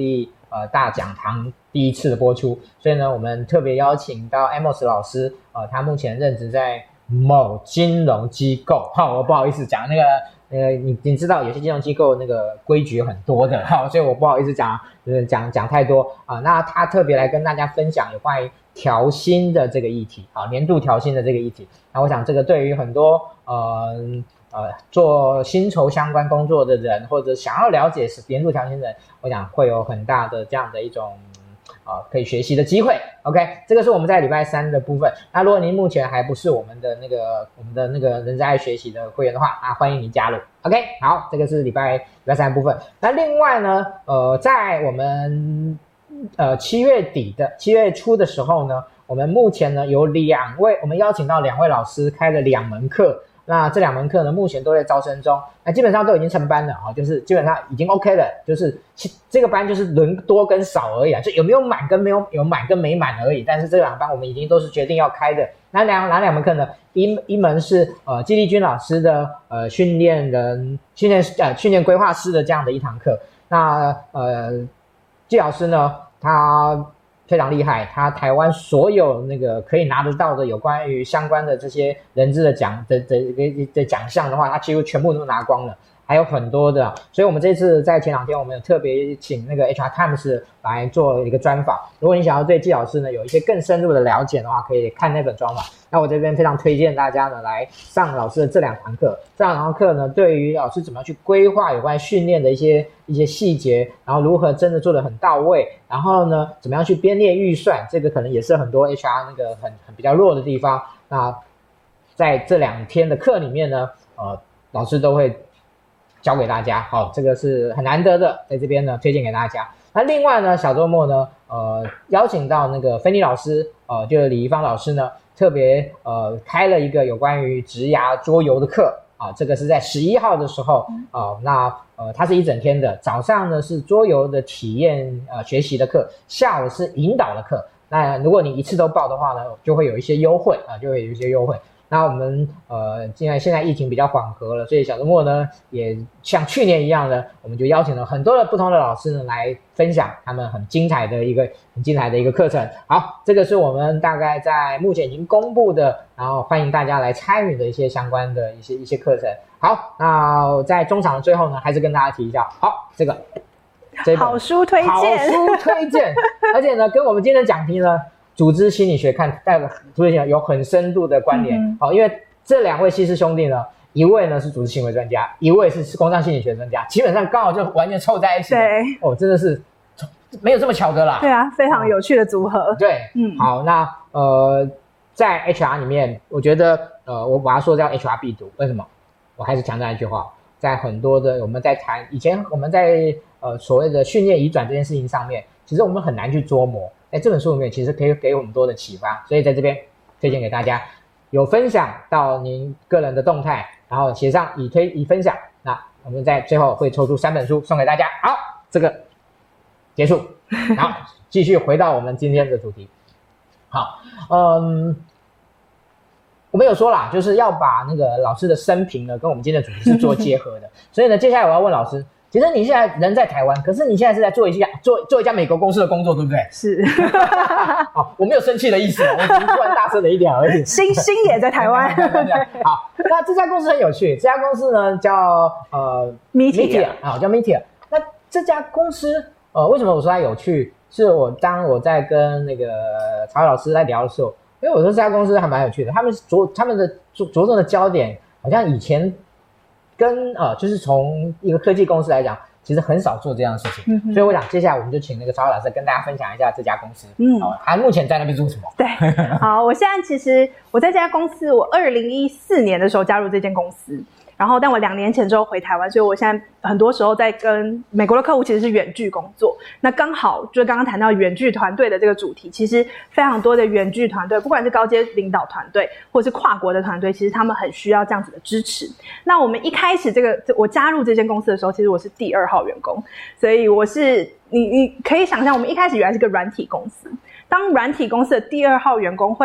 大讲堂第一次的播出，所以呢我们特别邀请到 Amos 老师，他目前任职在某金融机构，我不好意思讲那个你知道有些金融机构那个规矩很多的，所以我不好意思讲太多那他特别来跟大家分享有关于调薪的这个议题，年度调薪的这个议题。那我想这个对于很多做薪酬相关工作的人，或者想要了解年度调薪的人，我想会有很大的这样的一种可以学习的机会。 OK， 这个是我们在礼拜三的部分。那如果您目前还不是我们的那个人在爱学习的会员的话，欢迎你加入。 OK， 好，这个是礼拜三的部分。那另外呢在我们7月初的时候呢，我们目前呢有我们邀请到2位老师开了2门课。那这2门课呢目前都在招生中，那基本上都已经成班了就是基本上已经 OK 了，就是这个班就是人多跟少而已就有没有满跟有满跟没满而已，但是这2个班我们已经都是决定要开的。那哪两门课呢？一门是季丽君老师的训练规划师的这样的一堂课。那季老师呢他非常厉害，他台湾所有那个可以拿得到的有关于相关的这些人资的奖项的话，他几乎全部都拿光了，还有很多的。所以我们这次在前2天我们有特别请那个 HR Times 来做一个专访。如果你想要对季老师呢有一些更深入的了解的话，可以看那本专访。那我这边非常推荐大家呢来上老师的这2堂课。这2堂课呢对于老师怎么样去规划有关训练的一些细节，然后如何真的做得很到位，然后呢怎么样去编列预算，这个可能也是很多 HR 那个很比较弱的地方。那在这2天的课里面呢老师都会教给大家，这个是很难得的，在这边呢推荐给大家。那另外呢小周末呢邀请到那个菲尼老师就是李怡芳老师呢特别开了一个有关于职涯桌游的课这个是在11号的时候那它是一整天的，早上呢是桌游的体验学习的课，下午是引导的课。那如果你一次都报的话呢就会有一些优惠那我们现在疫情比较缓和了，所以小周末呢也像去年一样的，我们就邀请了很多的不同的老师呢来分享他们很精彩的一个课程。好，这个是我们大概在目前已经公布的，然后欢迎大家来参与的一些相关的一些课程。好，那在中场的最后呢还是跟大家提一下，好，这本好书推荐而且呢跟我们今天的讲题呢组织心理学有很深度的关联因为这2位西施兄弟呢，一位呢是组织行为专家，一位是工商心理学专家，基本上刚好就完全凑在一起了。对真的是没有这么巧的啦。 对啊，非常有趣的组合。 对好，那在 HR 里面我觉得我把它说叫 HR 必读。为什么？我还是强调一句话，在很多的我们在谈以前我们在所谓的训练移转这件事情上面，其实我们很难去琢磨，在这本书里面其实可以给我们多的启发，所以在这边推荐给大家，有分享到您个人的动态，然后写上已分享，那我们在最后会抽出3本书送给大家。好，这个结束，好，继续回到我们今天的主题。好，我们有说啦，就是要把那个老师的生平呢跟我们今天的主题是做结合的，所以呢接下来我要问老师，其实你现在人在台湾，可是你现在是在做一家美国公司的工作，对不对？ 是我没有生气的意思，我只是突然大声了一点而已。 心也在台湾好，那这家公司很有趣，这家公司呢叫Meteor 叫 Meteor。那这家公司为什么我说它有趣，是当我在跟那个曹老师在聊的时候，因为我说这家公司还蛮有趣的，他们的着重的焦点好像以前跟就是从一个科技公司来讲，其实很少做这样的事情。所以我想接下来我们就请那个曹老师跟大家分享一下这家公司。他目前在那边做什么？ 对，好，我现在其实我在这家公司，我2014年的时候加入这间公司。然后但我2年前之后回台湾，所以我现在很多时候在跟美国的客户其实是远距工作。那刚好就是刚刚谈到远距团队的这个主题，其实非常多的远距团队，不管是高阶领导团队或是跨国的团队，其实他们很需要这样子的支持。那我们一开始我加入这间公司的时候，其实我是第2号员工，所以我是你可以想象，我们一开始原来是个软体公司，当软体公司的第2号员工会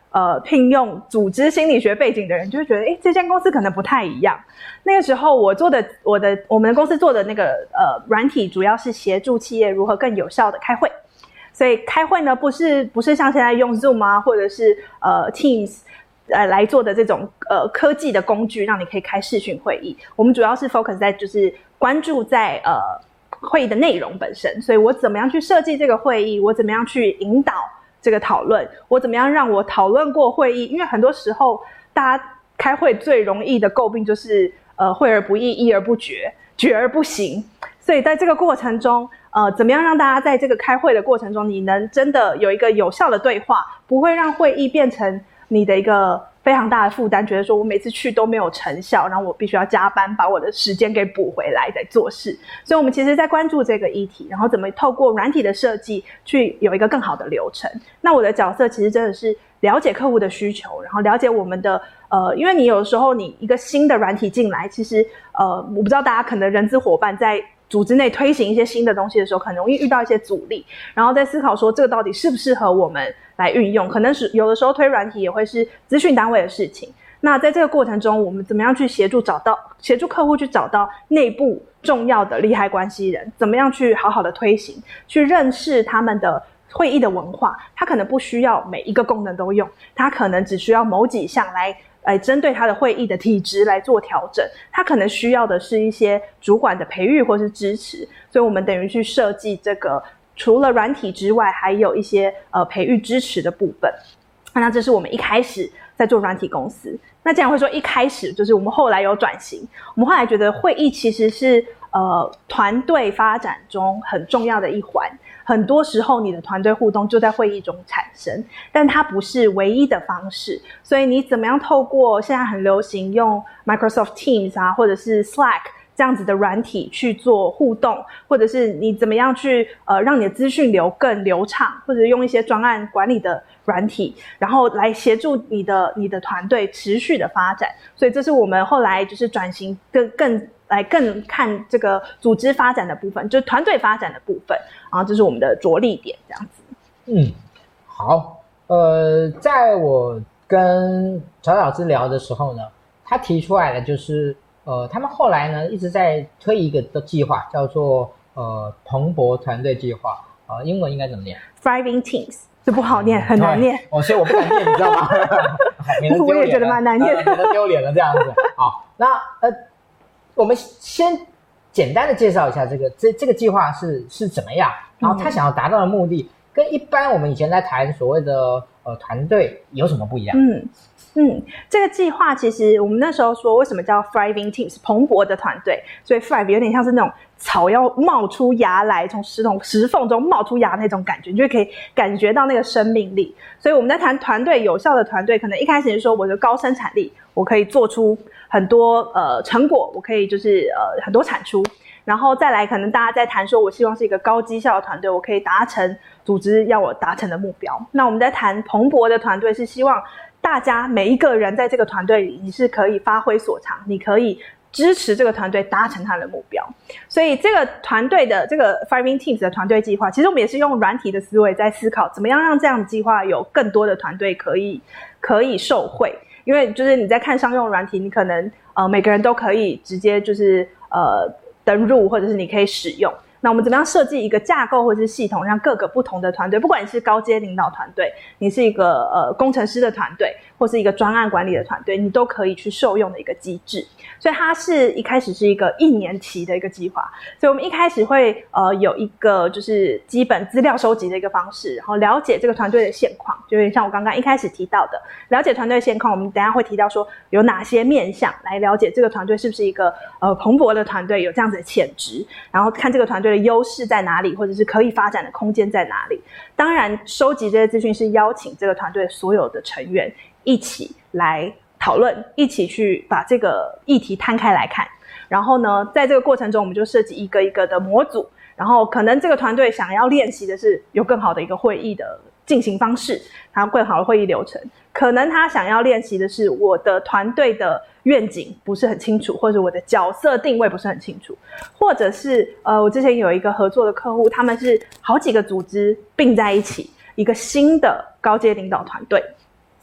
聘用组织心理学背景的人，就会觉得这间公司可能不太一样。那个时候我们公司做的那个软体主要是协助企业如何更有效的开会。所以开会呢不是像现在用 Zoom 啊或者是Teams来做的这种科技的工具让你可以开视讯会议。我们主要是 focus 在就是关注在会议的内容本身。所以我怎么样去设计这个会议，我怎么样去引导这个讨论，我怎么样让我讨论过会议。因为很多时候大家开会最容易的诟病就是会而不议，议而不决，决而不行。所以在这个过程中怎么样让大家在这个开会的过程中你能真的有一个有效的对话，不会让会议变成你的一个非常大的负担，觉得说我每次去都没有成效，然后我必须要加班把我的时间给补回来再做事。所以我们其实在关注这个议题，然后怎么透过软体的设计去有一个更好的流程。那我的角色其实真的是了解客户的需求，然后了解我们的因为你有时候你一个新的软体进来，其实我不知道大家可能人资伙伴在组织内推行一些新的东西的时候，很容易遇到一些阻力，然后在思考说这个到底适不适合我们来运用。可能是有的时候推软体也会是资讯单位的事情。那在这个过程中，我们怎么样去协助客户去找到内部重要的利害关系人，怎么样去好好的推行，去认识他们的会议的文化。他可能不需要每一个功能都用，他可能只需要某几项来针对他的会议的体质来做调整，他可能需要的是一些主管的培育或是支持。所以我们等于去设计这个除了软体之外还有一些培育支持的部分。那这是我们一开始在做软体公司。那既然会说一开始，就是我们后来有转型，我们后来觉得会议其实是团队发展中很重要的一环。很多时候你的团队互动就在会议中产生，但它不是唯一的方式。所以你怎么样透过现在很流行用 Microsoft Teams 啊或者是 Slack 这样子的软体去做互动，或者是你怎么样去让你的资讯流更流畅，或者用一些专案管理的软体，然后来协助你的团队持续的发展。所以这是我们后来就是转型更看这个组织发展的部分，就是团队发展的部分，然后这是我们的着力点这样子。 好，在我跟乔老师聊的时候呢，他提出来的就是他们后来呢一直在推一个的计划，叫做蓬勃团队计划。英文应该怎么念？ Thriving Teams。这不好念，很难念。 所以我不敢念，你知道吗？ 我也觉得蛮难念的， 免得丢脸了这样子。好，那我们先简单的介绍一下这个计划是怎么样，然后他想要达到的目的跟一般我们以前在谈所谓的团队有什么不一样？ 这个计划其实我们那时候说为什么叫 Thriving Teams 蓬勃的团队，所以 Thrive 有点像是那种草要冒出芽来，从石缝中冒出芽那种感觉，你就可以感觉到那个生命力。所以我们在谈团队，有效的团队可能一开始是说我的高生产力，我可以做出很多成果，我可以就是很多产出，然后再来可能大家在谈说我希望是一个高绩效的团队，我可以达成组织要我达成的目标。那我们在谈蓬勃的团队是希望大家每一个人在这个团队里你是可以发挥所长，你可以支持这个团队达成他的目标。所以这个团队的这个 Thriving Teams 的团队计划，其实我们也是用软体的思维在思考怎么样让这样的计划有更多的团队可以受惠。因为就是你在看商用软体，你可能每个人都可以直接就是登入，或者是你可以使用。那我们怎么样设计一个架构或者是系统，让各个不同的团队，不管你是高阶领导团队，你是一个工程师的团队，或是一个专案管理的团队，你都可以去受用的一个机制。所以它是一开始是一个1年期的一个计划。所以我们一开始会有一个就是基本资料收集的一个方式，然后了解这个团队的现况，就有点像我刚刚一开始提到的了解团队现况。我们等一下会提到说有哪些面向来了解这个团队是不是一个蓬勃的团队，有这样子的潜质，然后看这个团队的优势在哪里，或者是可以发展的空间在哪里。当然收集这些资讯是邀请这个团队所有的成员一起来讨论，一起去把这个议题摊开来看。然后呢在这个过程中我们就设计一个一个的模组，然后可能这个团队想要练习的是有更好的一个会议的进行方式，然后更好的会议流程，可能他想要练习的是我的团队的愿景不是很清楚，或者我的角色定位不是很清楚，或者是我之前有一个合作的客户，他们是好几个组织并在一起，一个新的高阶领导团队，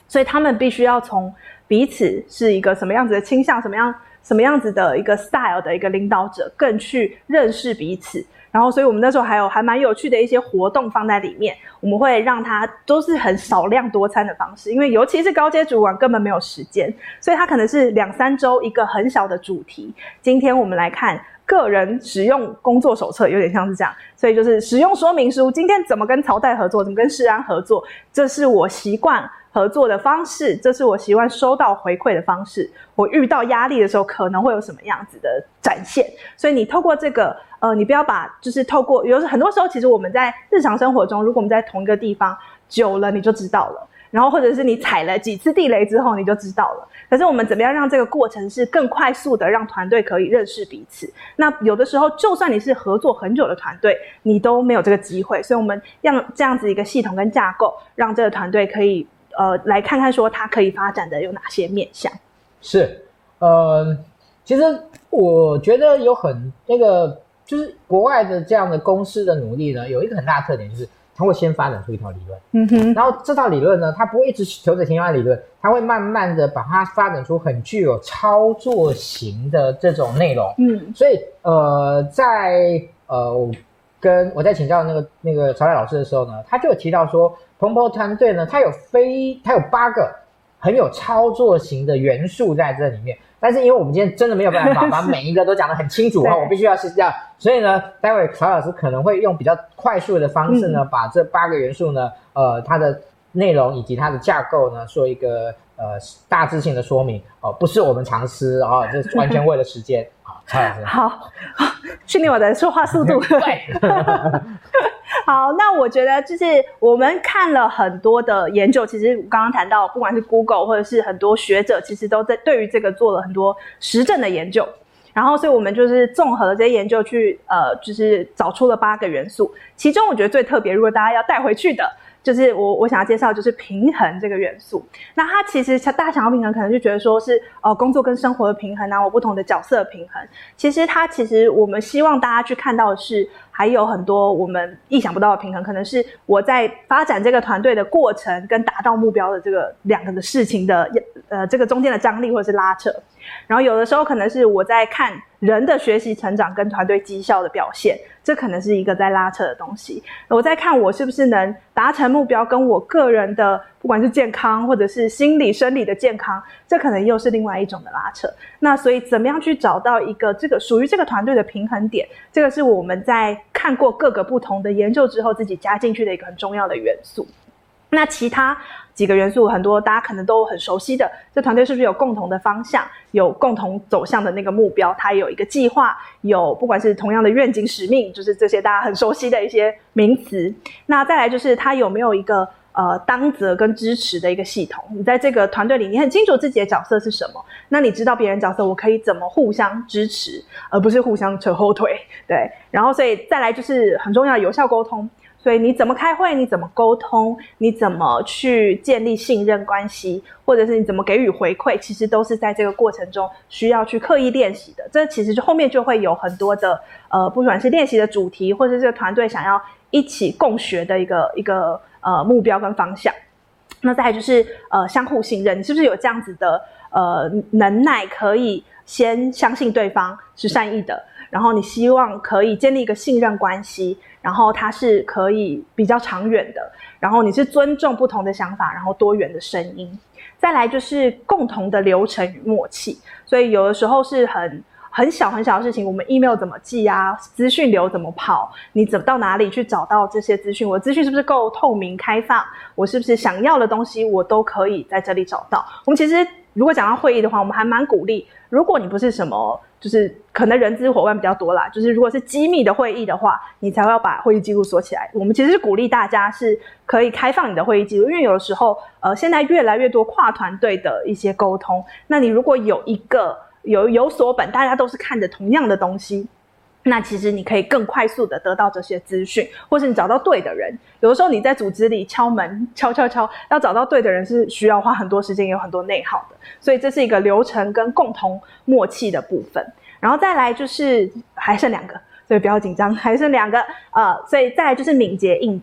所以他们必须要从彼此是一个什么样子的倾向，什么样子的一个 style 的一个领导者，更去认识彼此。然后所以我们那时候还蛮有趣的一些活动放在里面，我们会让它都是很少量多餐的方式，因为尤其是高阶主管根本没有时间，所以他可能是2-3周一个很小的主题。今天我们来看个人使用工作手册，有点像是这样，所以就是使用说明书，今天怎么跟曹代合作，怎么跟世安合作，这是我习惯合作的方式，这是我习惯收到回馈的方式，我遇到压力的时候可能会有什么样子的展现。所以你透过这个你不要把就是透过很多时候其实我们在日常生活中，如果我们在同一个地方久了你就知道了，然后或者是你踩了几次地雷之后你就知道了。可是我们怎么样让这个过程是更快速的让团队可以认识彼此，那有的时候就算你是合作很久的团队你都没有这个机会，所以我们让这样子一个系统跟架构让这个团队可以来看看说它可以发展的有哪些面向。 是其实我觉得有就是国外的这样的公司的努力呢，有一个很大的特点，就是他会先发展出一套理论，然后这套理论呢，他不会一直求着停留在理论，他会慢慢的把它发展出很具有操作型的这种内容。所以我在请教那个曹代老师的时候呢，他就有提到说，鹏鹏团队呢，它有8个很有操作型的元素在这里面。但是因为我们今天真的没有办法把每一个都讲得很清楚我必须要是这样，所以呢待会曹老师可能会用比较快速的方式呢，把这8个元素呢它的内容以及它的架构呢做一个大致性的说明不是我们常吃这是完全为了时间曹老师好训练我的说话速度对好，那我觉得就是我们看了很多的研究，其实刚刚谈到不管是 Google 或者是很多学者其实都在对于这个做了很多实证的研究，然后所以我们就是综合了这些研究去就是找出了8个元素。其中我觉得最特别，如果大家要带回去的，就是我想要介绍就是平衡这个元素。那它其实大家想要平衡可能就觉得说是工作跟生活的平衡我不同的角色的平衡，其实我们希望大家去看到的是还有很多我们意想不到的平衡，可能是我在发展这个团队的过程跟达到目标的这个2个的事情的这个中间的张力或者是拉扯，然后有的时候可能是我在看人的学习成长跟团队绩效的表现，这可能是一个在拉扯的东西。我在看我是不是能达成目标跟我个人的不管是健康或者是心理生理的健康，这可能又是另外一种的拉扯。那所以怎么样去找到一个这个属于这个团队的平衡点，这个是我们在看过各个不同的研究之后自己加进去的一个很重要的元素。那其他几个元素很多大家可能都很熟悉的，这团队是不是有共同的方向，有共同走向的那个目标，它有一个计划，有不管是同样的愿景使命，就是这些大家很熟悉的一些名词。那再来就是它有没有一个当责跟支持的一个系统，你在这个团队里你很清楚自己的角色是什么，那你知道别人角色我可以怎么互相支持，而不是互相扯后腿。对，然后所以再来就是很重要的有效沟通，所以你怎么开会，你怎么沟通，你怎么去建立信任关系，或者是你怎么给予回馈，其实都是在这个过程中需要去刻意练习的。这其实就后面就会有很多的不管是练习的主题，或者是这个团队想要一起共学的一个目标跟方向。那再来就是相互信任，你是不是有这样子的能耐，可以先相信对方是善意的，然后你希望可以建立一个信任关系，然后它是可以比较长远的，然后你是尊重不同的想法，然后多元的声音。再来就是共同的流程与默契，所以有的时候是很小很小的事情，我们 email 怎么寄啊，资讯流怎么跑，你怎么到哪里去找到这些资讯，我的资讯是不是够透明开放，我是不是想要的东西我都可以在这里找到。我们其实如果讲到会议的话，我们还蛮鼓励，如果你不是什么就是可能人资伙伴比较多啦，就是如果是机密的会议的话，你才会要把会议记录锁起来。我们其实是鼓励大家是可以开放你的会议记录，因为有的时候现在越来越多跨团队的一些沟通，那你如果有一个有所本，大家都是看着同样的东西，那其实你可以更快速的得到这些资讯，或是你找到对的人。有的时候你在组织里敲门敲，要找到对的人是需要花很多时间，也有很多内耗的，所以这是一个流程跟共同默契的部分。然后再来就是还剩2个，所以不要紧张，还剩2个所以再来就是敏捷应变。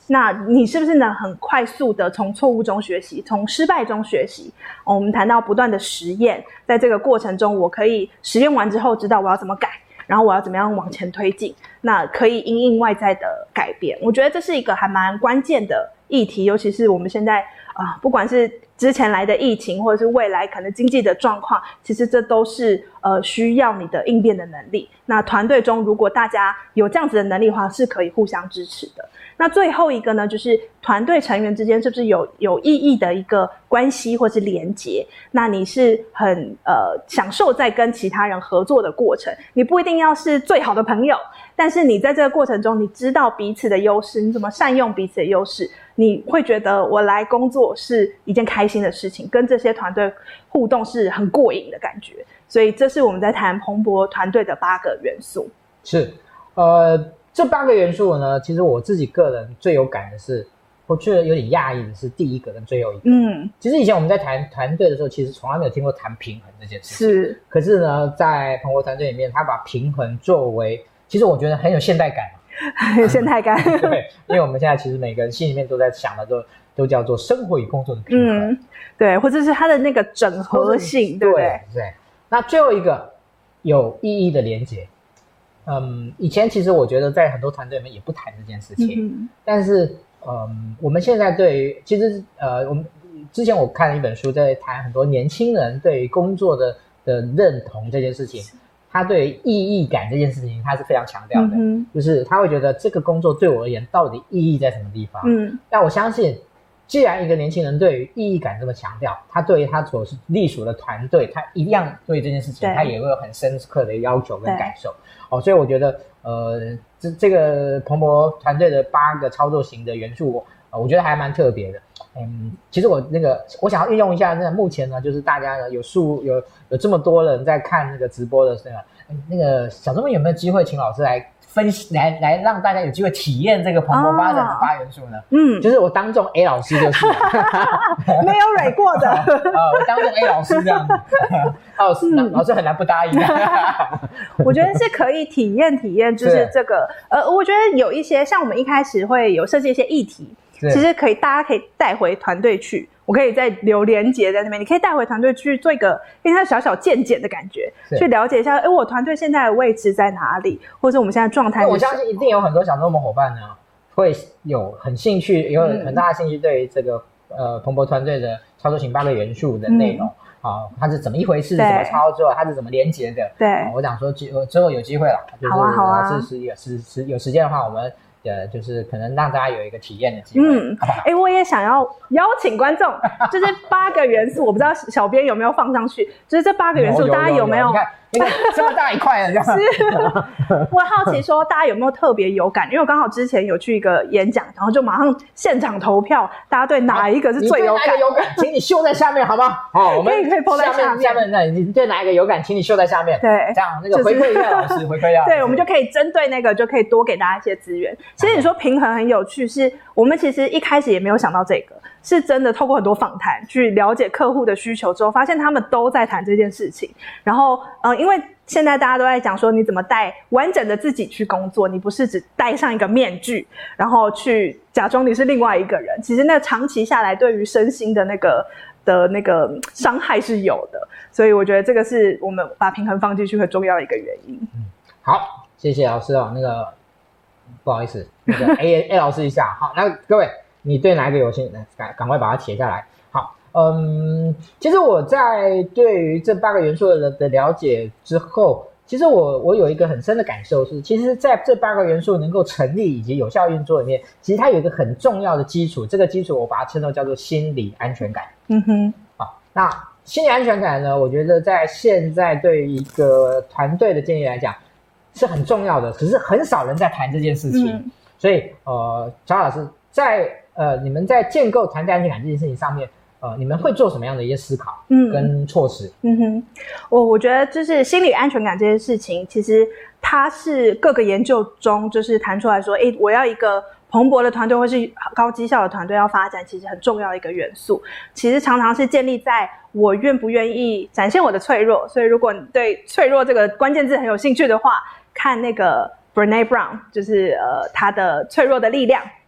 那你是不是能很快速的从错误中学习，从失败中学习？我们谈到不断的实验，在这个过程中，我可以实验完之后知道我要怎么改，然后我要怎么样往前推进，那可以因应外在的改变。我觉得这是一个还蛮关键的议题，尤其是我们现在不管是之前来的疫情，或者是未来可能经济的状况，其实这都是需要你的应变的能力。那团队中如果大家有这样子的能力的话，是可以互相支持的。那最后一个呢，就是团队成员之间是不是有意义的一个关系或是连结？那你是很享受在跟其他人合作的过程，你不一定要是最好的朋友，但是你在这个过程中，你知道彼此的优势，你怎么善用彼此的优势，你会觉得我来工作是一件开心的事情，跟这些团队互动是很过瘾的感觉。所以这是我们在谈彭博团队的8个元素。 是，这8个元素呢，其实我自己个人最有感的是，我觉得有点讶异的是第一个跟最后一个。其实以前我们在谈团队的时候，其实从来没有听过谈平衡这件事情。 是， 可是呢，在彭博团队里面，他把平衡作为，其实我觉得很有现代感。 有现代感。 对，因为我们现在其实每个人心里面都在想的都叫做生活与工作的平衡。 对，或者是它的那个整合性，对不对？ 对。那最后一个有意义的连结。以前其实我觉得在很多团队里面也不谈这件事情，但是我们现在对于其实我们之前我看了一本书，在谈很多年轻人对于工作的认同这件事情，他对于意义感这件事情他是非常强调的，就是他会觉得这个工作对我而言到底意义在什么地方。但我相信既然一个年轻人对于意义感这么强调，他对于他所隶属的团队，他一样对这件事情他也会有很深刻的要求跟感受。所以我觉得这个彭博团队的8个操作型的元素，我觉得还蛮特别的。其实我想要运用一下，目前呢，就是大家呢有这么多人在看那个直播的那个小周末有没有机会请老师来分析，来让大家有机会体验这个彭博发展的8元素呢？就是我当众 A 老师就是没有蕊过的我当众 A 老师这样子老师很难不答应我觉得是可以体验，就是这个我觉得有一些像我们一开始会有设计一些议题，其实大家可以带回团队去，我可以再留连结在那边，你可以带回团队去做一个跟他小小见解的感觉，去了解一下我团队现在的位置在哪里，或者我们现在状态是什么。 我相信一定有很多小周末伙伴呢会有很兴趣，有很大的兴趣对于这个彭博团队的操作型8个元素的内容它是怎么一回事，怎么操作，它是怎么连结的。 对， 我想说之后有机会了，就是好啊有时间的话，我们就是可能让大家有一个体验的机会。好不好？ 我也想要邀请观众，就是8个元素，我不知道小编有没有放上去，就是这8个元素，大家有没有？ 你看这么大一块的这样。 是，我好奇说大家有没有特别有感？因为我刚好之前有去一个演讲，然后就马上现场投票，大家对哪一个是最有感？ 你对哪一个有感，请你秀在下面好吗？我们可以 po 在下面，你对哪一个有感，请你秀在下面。 对， 这样那个回馈一下老师，回馈一下。 对，我们就可以针对那个，就可以多给大家一些资源。其实你说平衡很有趣，是我们其实一开始也没有想到这个，是真的透过很多访谈去了解客户的需求之后，发现他们都在谈这件事情。然后因为现在大家都在讲说你怎么带完整的自己去工作，你不是只戴上一个面具，然后去假装你是另外一个人，其实那长期下来对于身心的那个伤害是有的。所以我觉得这个是我们把平衡放进去很重要的一个原因。 好，谢谢老师不好意思A 老师一下。好，那各位你对哪一个有兴趣，赶快把它写下来。好，其实我在对于这8个元素的了解之后，其实我有一个很深的感受是，其实在这8个元素能够成立以及有效运作里面，其实它有一个很重要的基础，这个基础我把它称作叫做心理安全感。好，那心理安全感呢，我觉得在现在对于一个团队的建议来讲是很重要的，可是很少人在谈这件事情。所以小老师在你们在建构团队安全感这件事情上面，你们会做什么样的一些思考跟措施？ 我觉得就是心理安全感这件事情，其实它是各个研究中就是谈出来说，我要一个蓬勃的团队或是高绩效的团队要发展，其实很重要的一个元素，其实常常是建立在我愿不愿意展现我的脆弱。所以如果你对脆弱这个关键字很有兴趣的话，看那个 Brené Brown， 就是他的脆弱的力量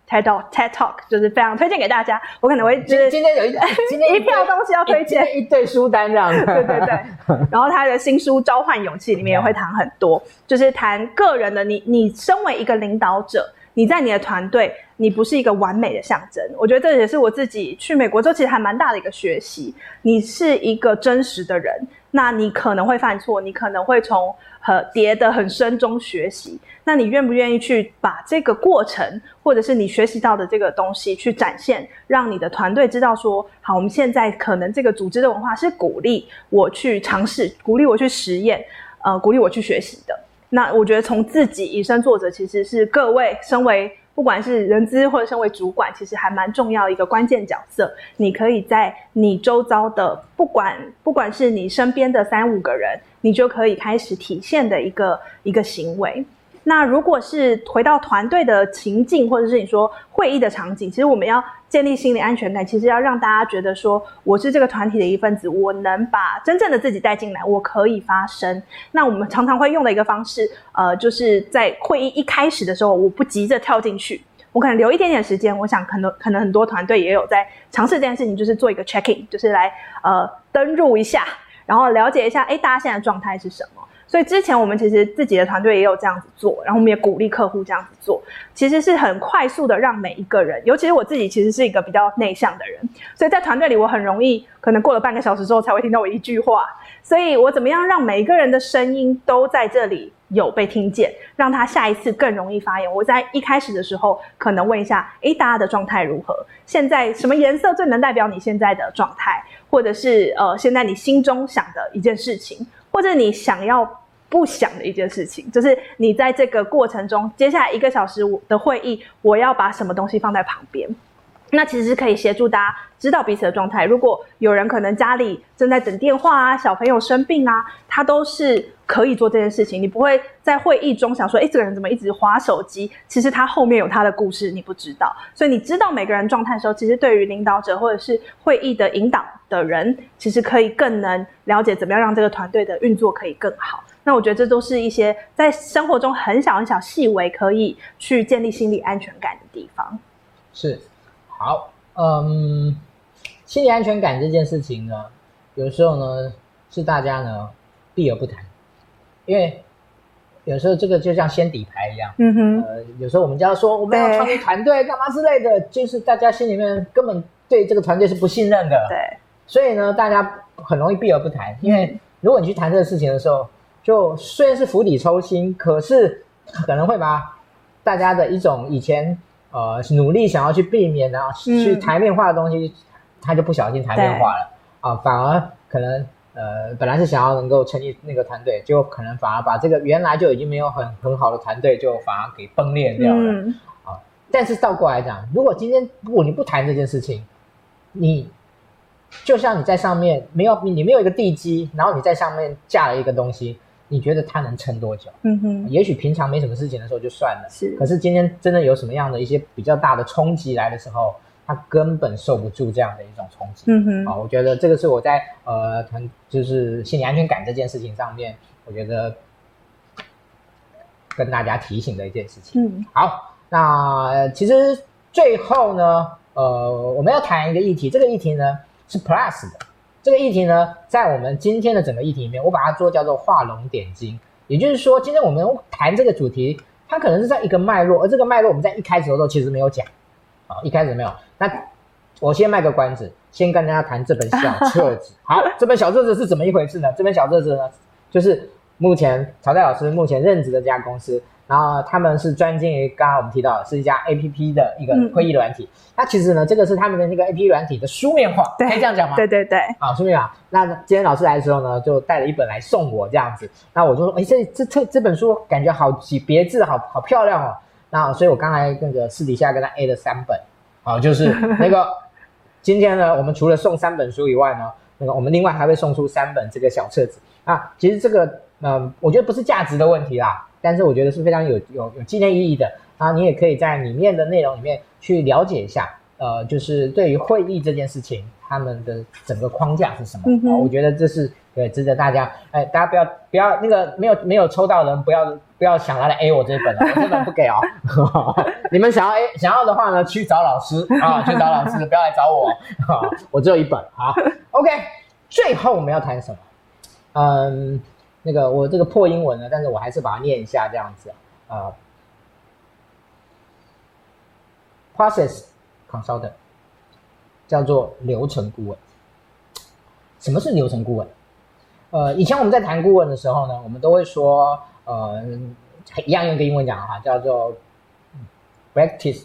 TED Talk， 就是非常推荐给大家。我可能会就是今天有今天一票东西要推荐， 一对书单这样子。 对对对。然后他的新书《召唤勇气》里面也会谈很多，就是谈个人的你身为一个领导者，你在你的团队，你不是一个完美的象征。我觉得这也是我自己去美国之后其实还蛮大的一个学习。你是一个真实的人，那你可能会犯错，你可能会从跌得很深中学习。那你愿不愿意去把这个过程，或者是你学习到的这个东西去展现，让你的团队知道说，好，我们现在可能这个组织的文化是鼓励我去尝试，鼓励我去实验，鼓励我去学习的。那我觉得从自己以身作则，其实是各位身为不管是人资或者身为主管，其实还蛮重要一个关键角色。你可以在你周遭的不管是你身边的3-5个人，你就可以开始体现的一个行为。那如果是回到团队的情境，或者是你说会议的场景，其实我们要建立心理安全感，其实要让大家觉得说，我是这个团体的一份子，我能把真正的自己带进来，我可以发声。那我们常常会用的一个方式，就是在会议一开始的时候，我不急着跳进去，我可能留一点点时间。我想可能很多团队也有在尝试这件事情，就是做一个 check-in， 就是来登入一下，然后了解一下，大家现在的状态是什么。所以之前我们其实自己的团队也有这样子做，然后我们也鼓励客户这样子做，其实是很快速的让每一个人，尤其是我自己其实是一个比较内向的人，所以在团队里我很容易可能过了半个小时之后才会听到我一句话，所以我怎么样让每一个人的声音都在这里有被听见，让他下一次更容易发言。我在一开始的时候可能问一下，大家的状态如何？现在什么颜色最能代表你现在的状态？或者是现在你心中想的一件事情，或者你想要不想的一件事情，就是你在这个过程中，接下来1个小时的会议，我要把什么东西放在旁边。那其实是可以协助大家知道彼此的状态。如果有人可能家里正在等电话啊，小朋友生病啊，他都是可以做这件事情。你不会在会议中想说，这个人怎么一直滑手机？其实他后面有他的故事，你不知道。所以你知道每个人状态的时候，其实对于领导者或者是会议的引导的人，其实可以更能了解怎么样让这个团队的运作可以更好。那我觉得这都是一些在生活中很小很小细微可以去建立心理安全感的地方。 是。好，心理安全感这件事情呢，有时候呢是大家呢避而不谈，因为有时候这个就像掀底牌一样，有时候我们就要说我们要创立团队干嘛之类的，就是大家心里面根本对这个团队是不信任的， 对， 所以呢大家很容易避而不谈，因为如果你去谈这个事情的时候，就虽然是釜底抽薪，可是可能会把大家的一种以前努力想要去避免然后去台面化的东西，他就不小心台面化了反而可能本来是想要能够成立那个团队，就可能反而把这个原来就已经没有很好的团队就反而给崩裂掉了但是倒过来讲，如果今天你不谈这件事情，你就像你在上面你没有一个地基，然后你在上面架了一个东西，你觉得它能撑多久？也许平常没什么事情的时候就算了，可是今天真的有什么样的一些比较大的冲击来的时候，他根本受不住这样的一种冲击。我觉得这个是我在就是心理安全感这件事情上面，我觉得跟大家提醒的一件事情。好，那其实最后呢，我们要谈一个议题，这个议题呢是 Plus 的。这个议题呢，在我们今天的整个议题里面，我把它做叫做画龙点睛。也就是说，今天我们谈这个主题，它可能是在一个脉络，而这个脉络我们在一开始的时候其实没有讲一开始没有。那我先卖个关子，先跟大家谈这本小册子。好，这本小册子是怎么一回事呢？这本小册子呢，就是目前曹代老师目前任职的这家公司，然后他们是专精于刚刚我们提到的是一家 APP 的一个会议软体。那其实呢，这个是他们的那个 APP 软体的书面化，可以这样讲吗？ 对对对。 书面化。那今天老师来的时候呢，就带了一本来送我这样子。那我就说，这本书感觉好别致，好漂亮哦。那所以我刚才那个私底下跟他 A 了3本，就是那个今天呢，我们除了送3本书以外呢，那个我们另外还会送出3本这个小册子。其实这个我觉得不是价值的问题啦，但是我觉得是非常有纪念意义的。你也可以在里面的内容里面去了解一下，就是对于会议这件事情，他们的整个框架是什么。我觉得这是值得大家，大家不要那个没有抽到的人不要想来 A 我这本我这本不给你们想要的话呢，去找老师啊，去找老师，不要来找我啊，我只有1本。好 ，OK， 最后我们要谈什么？那个我这个破英文呢，但是我还是把它念一下这样子process consultant 叫做流程顾问。什么是流程顾问？以前我们在谈顾问的时候呢，我们都会说一样用个英文讲哈，叫做 best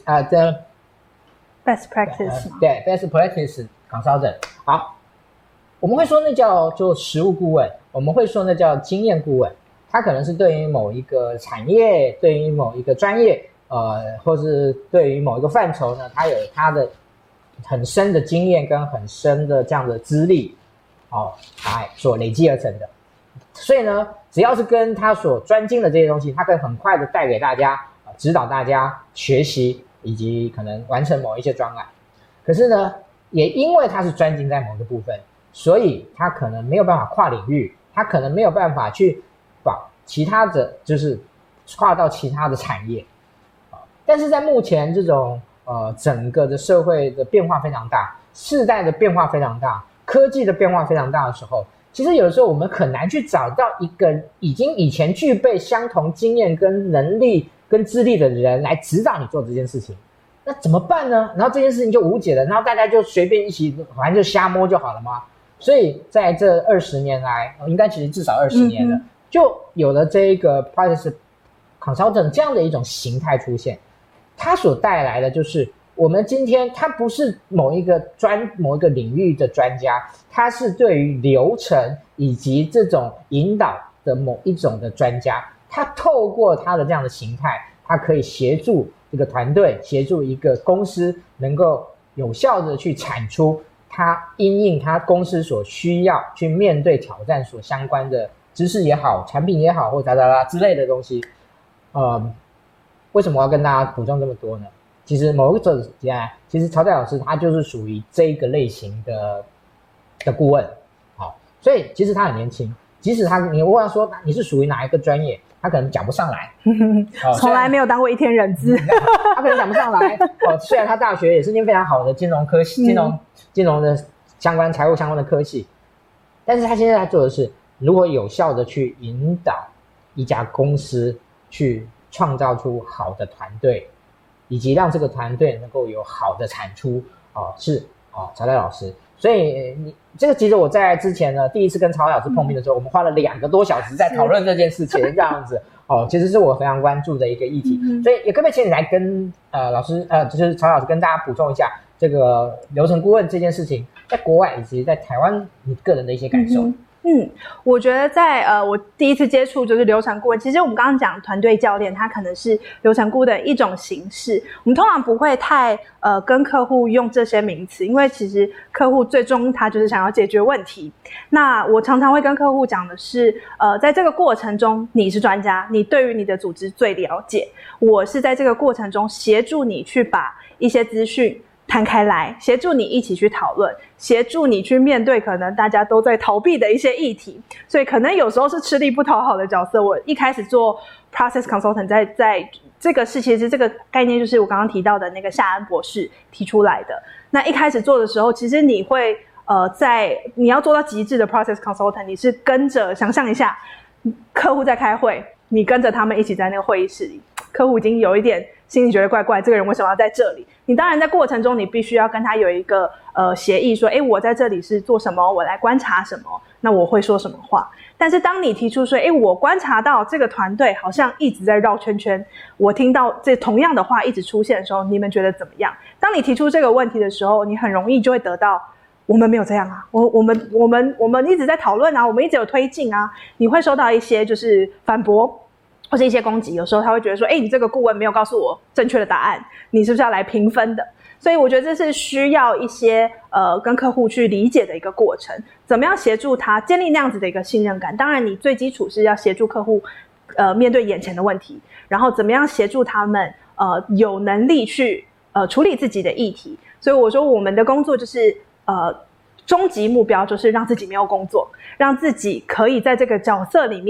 practice 对 best practice consultant。好，我们会说那叫做实务顾问，我们会说那叫经验顾问。它可能是对于某一个产业，对于某一个专业，或是对于某一个范畴呢，它有它的很深的经验跟很深的这样的资历，来所累积而成的。所以呢，只要是跟他所专精的这些东西，他可以很快的带给大家，指导大家学习，以及可能完成某一些专案。可是呢，也因为他是专精在某个部分，所以他可能没有办法跨领域，他可能没有办法去把其他的就是跨到其他的产业。但是在目前这种整个的社会的变化非常大，世代的变化非常大，科技的变化非常大的时候，其实有的时候我们很难去找到一个以前具备相同经验跟能力跟资历的人来指导你做这件事情。那怎么办呢？然后这件事情就无解了，然后大家就随便一起反正就瞎摸就好了吗？所以在这20年来，应该其实至少20年了，就有了这一个 process consultant 这样的一种形态出现。它所带来的就是我们今天它不是某一个领域的专家，它是对于流程以及这种引导的某一种的专家。它透过它的这样的形态，它可以协助一个团队，协助一个公司能够有效的去产出它因应它公司所需要去面对挑战所相关的知识也好，产品也好，或之类的东西。为什么我要跟大家补充这么多呢？其实某个程度下，其实曹代老师他就是属于这一个类型的顾问。好，所以其实他很年轻，即使你问他说你是属于哪一个专业，他可能讲不上来。 从来没有当过一天人资。 他可能讲不上来。虽然他大学也是念非常好的金融科系，金融的相关财务相关的科系，但是他现在在做的是如何有效的去引导一家公司去创造出好的团队，以及让这个团队能够有好的产出。是曹代老师。所以这个其实我在之前呢，第一次跟曹老师碰面的时候，我们花了2个多小时在讨论这件事情，这样子。其实是我非常关注的一个议题。所以也可不可以请你来跟老师就是曹老师跟大家补充一下这个流程顾问这件事情，在国外以及在台湾你个人的一些感受。 我觉得在我第一次接触就是流程顾问，其实我们刚刚讲团队教练，他可能是流程顾问的一种形式。我们通常不会太跟客户用这些名词，因为其实客户最终他就是想要解决问题。那我常常会跟客户讲的是，在这个过程中你是专家，你对于你的组织最了解，我是在这个过程中协助你去把一些资讯摊开来，协助你一起去讨论，协助你去面对可能大家都在逃避的一些议题。所以可能有时候是吃力不讨好的角色。我一开始做 process consultant 在这个其实这个概念就是我刚刚提到的那个夏安博士提出来的。那一开始做的时候，其实你会你要做到极致的 process consultant， 你是跟着想象一下客户在开会，你跟着他们一起在那个会议室里，客户已经有一点心里觉得怪怪，这个人为什么要在这里？你当然在过程中你必须要跟他有一个协议，说我在这里是做什么，我来观察什么，那我会说什么话。但是当你提出说我观察到这个团队好像一直在绕圈圈，我听到这同样的话一直出现的时候，你们觉得怎么样？当你提出这个问题的时候，你很容易就会得到我们没有这样啊，我们一直在讨论啊，我们一直有推进啊。你会收到一些就是反驳或是一些攻击，有时候他会觉得说你这个顾问没有告诉我正确的答案，你是不是要来评分的？所以我觉得这是需要一些跟客户去理解的一个过程，怎么样协助他建立那样子的一个信任感。当然你最基础是要协助客户面对眼前的问题，然后怎么样协助他们有能力去处理自己的议题。所以我说我们的工作就是终极目标就是让自己没有工作，让自己可以在这个角色里面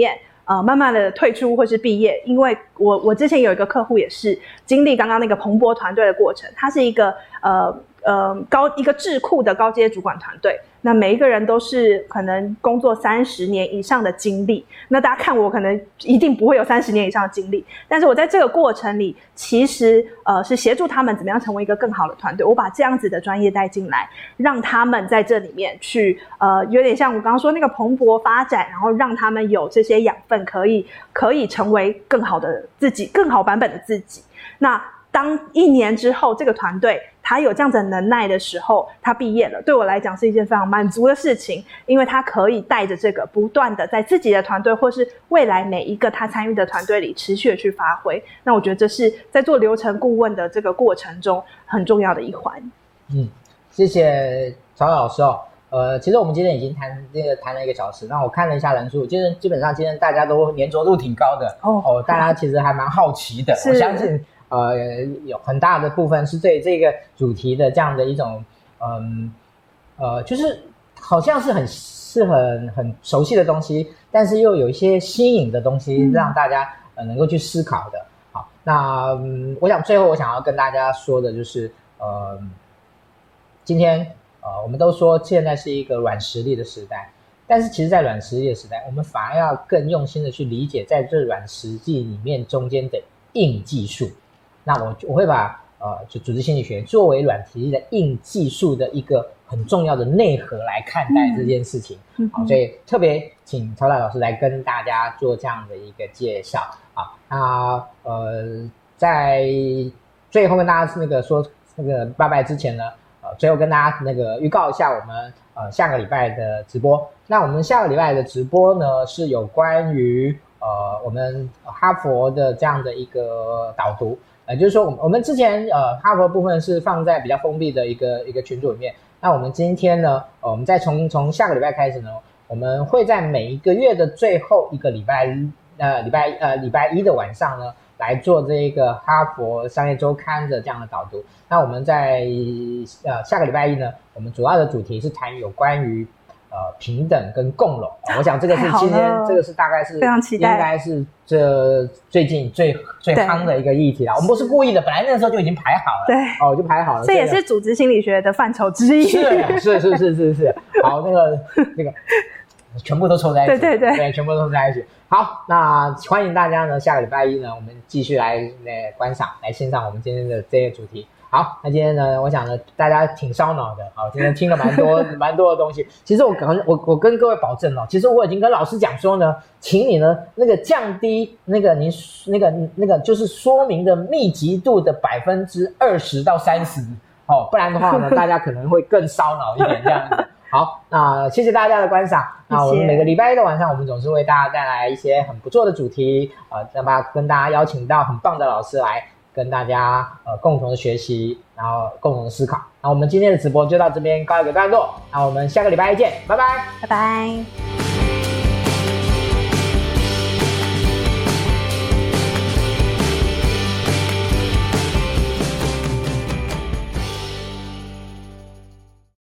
慢慢的退出或是毕业。因为我之前有一个客户也是经历刚刚那个彭博团队的过程，他是一个一个智库的高阶主管团队，那每一个人都是可能工作30年以上的经历。那大家看我可能一定不会有30年以上的经历，但是我在这个过程里其实是协助他们怎么样成为一个更好的团队。我把这样子的专业带进来，让他们在这里面去有点像我刚刚说那个蓬勃发展，然后让他们有这些养分，可以成为更好的自己，更好版本的自己。那当1年之后这个团队他有这样子的能耐的时候，他毕业了，对我来讲是一件非常满足的事情，因为他可以带着这个不断的在自己的团队或是未来每一个他参与的团队里持续的去发挥。那我觉得这是在做流程顾问的这个过程中很重要的一环。 谢谢曹老师哦。其实我们今天已经谈了1个小时，那我看了一下人数，基本上今天大家都粘着度挺高的大家其实还蛮好奇的，我相信有很大的部分是对这个主题的这样的一种就是好像是很熟悉的东西，但是又有一些新颖的东西让大家能够去思考的。好，那我想最后我想要跟大家说的就是今天我们都说现在是一个软实力的时代，但是其实在软实力的时代，我们反而要更用心的去理解在这软实力里面中间的硬技术。那我会把就组织心理学作为软实力的硬技术的一个很重要的内核来看待这件事情。好，所以特别请曹老师来跟大家做这样的一个介绍。好，那在最后跟大家说拜拜之前呢，最后跟大家预告一下我们下个礼拜的直播。那我们下个礼拜的直播呢是有关于我们哈佛的这样的一个导读。就是说我们之前哈佛部分是放在比较封闭的一个群组里面。那我们今天呢我们再从下个礼拜开始呢，我们会在每一个月的最后一个礼拜一的晚上呢来做这个哈佛商业周刊的这样的导读。那我们在下个礼拜一呢，我们主要的主题是谈有关于平等跟共荣。我想这个是今天这个是大概是非常期待， 应该是这最近最夯的一个议题啦。我们不是故意的，本来那个时候就已经排好了， 对， 就排好了。 这也是组织心理学的范畴之一。 是。好，那个全部都凑在一起，对，全部都凑在一起。好，那欢迎大家呢，下个礼拜一呢，我们继续来观赏，来欣赏我们今天的这个主题。好，那今天呢，我想呢，大家挺烧脑的。好，今天听了蛮多的东西。其实我跟各位保证其实我已经跟老师讲说呢，请你呢降低您就是说明的密集度的20%到30%，不然的话呢，大家可能会更烧脑一点这样子。好，那谢谢大家的观赏。那我们每个礼拜一的晚上，我们总是为大家带来一些很不错的主题那么跟大家邀请到很棒的老师来跟大家共同的学习，然后共同的思考。那我们今天的直播就到这边告一个段落，那我们下个礼拜一见，拜拜， 拜拜。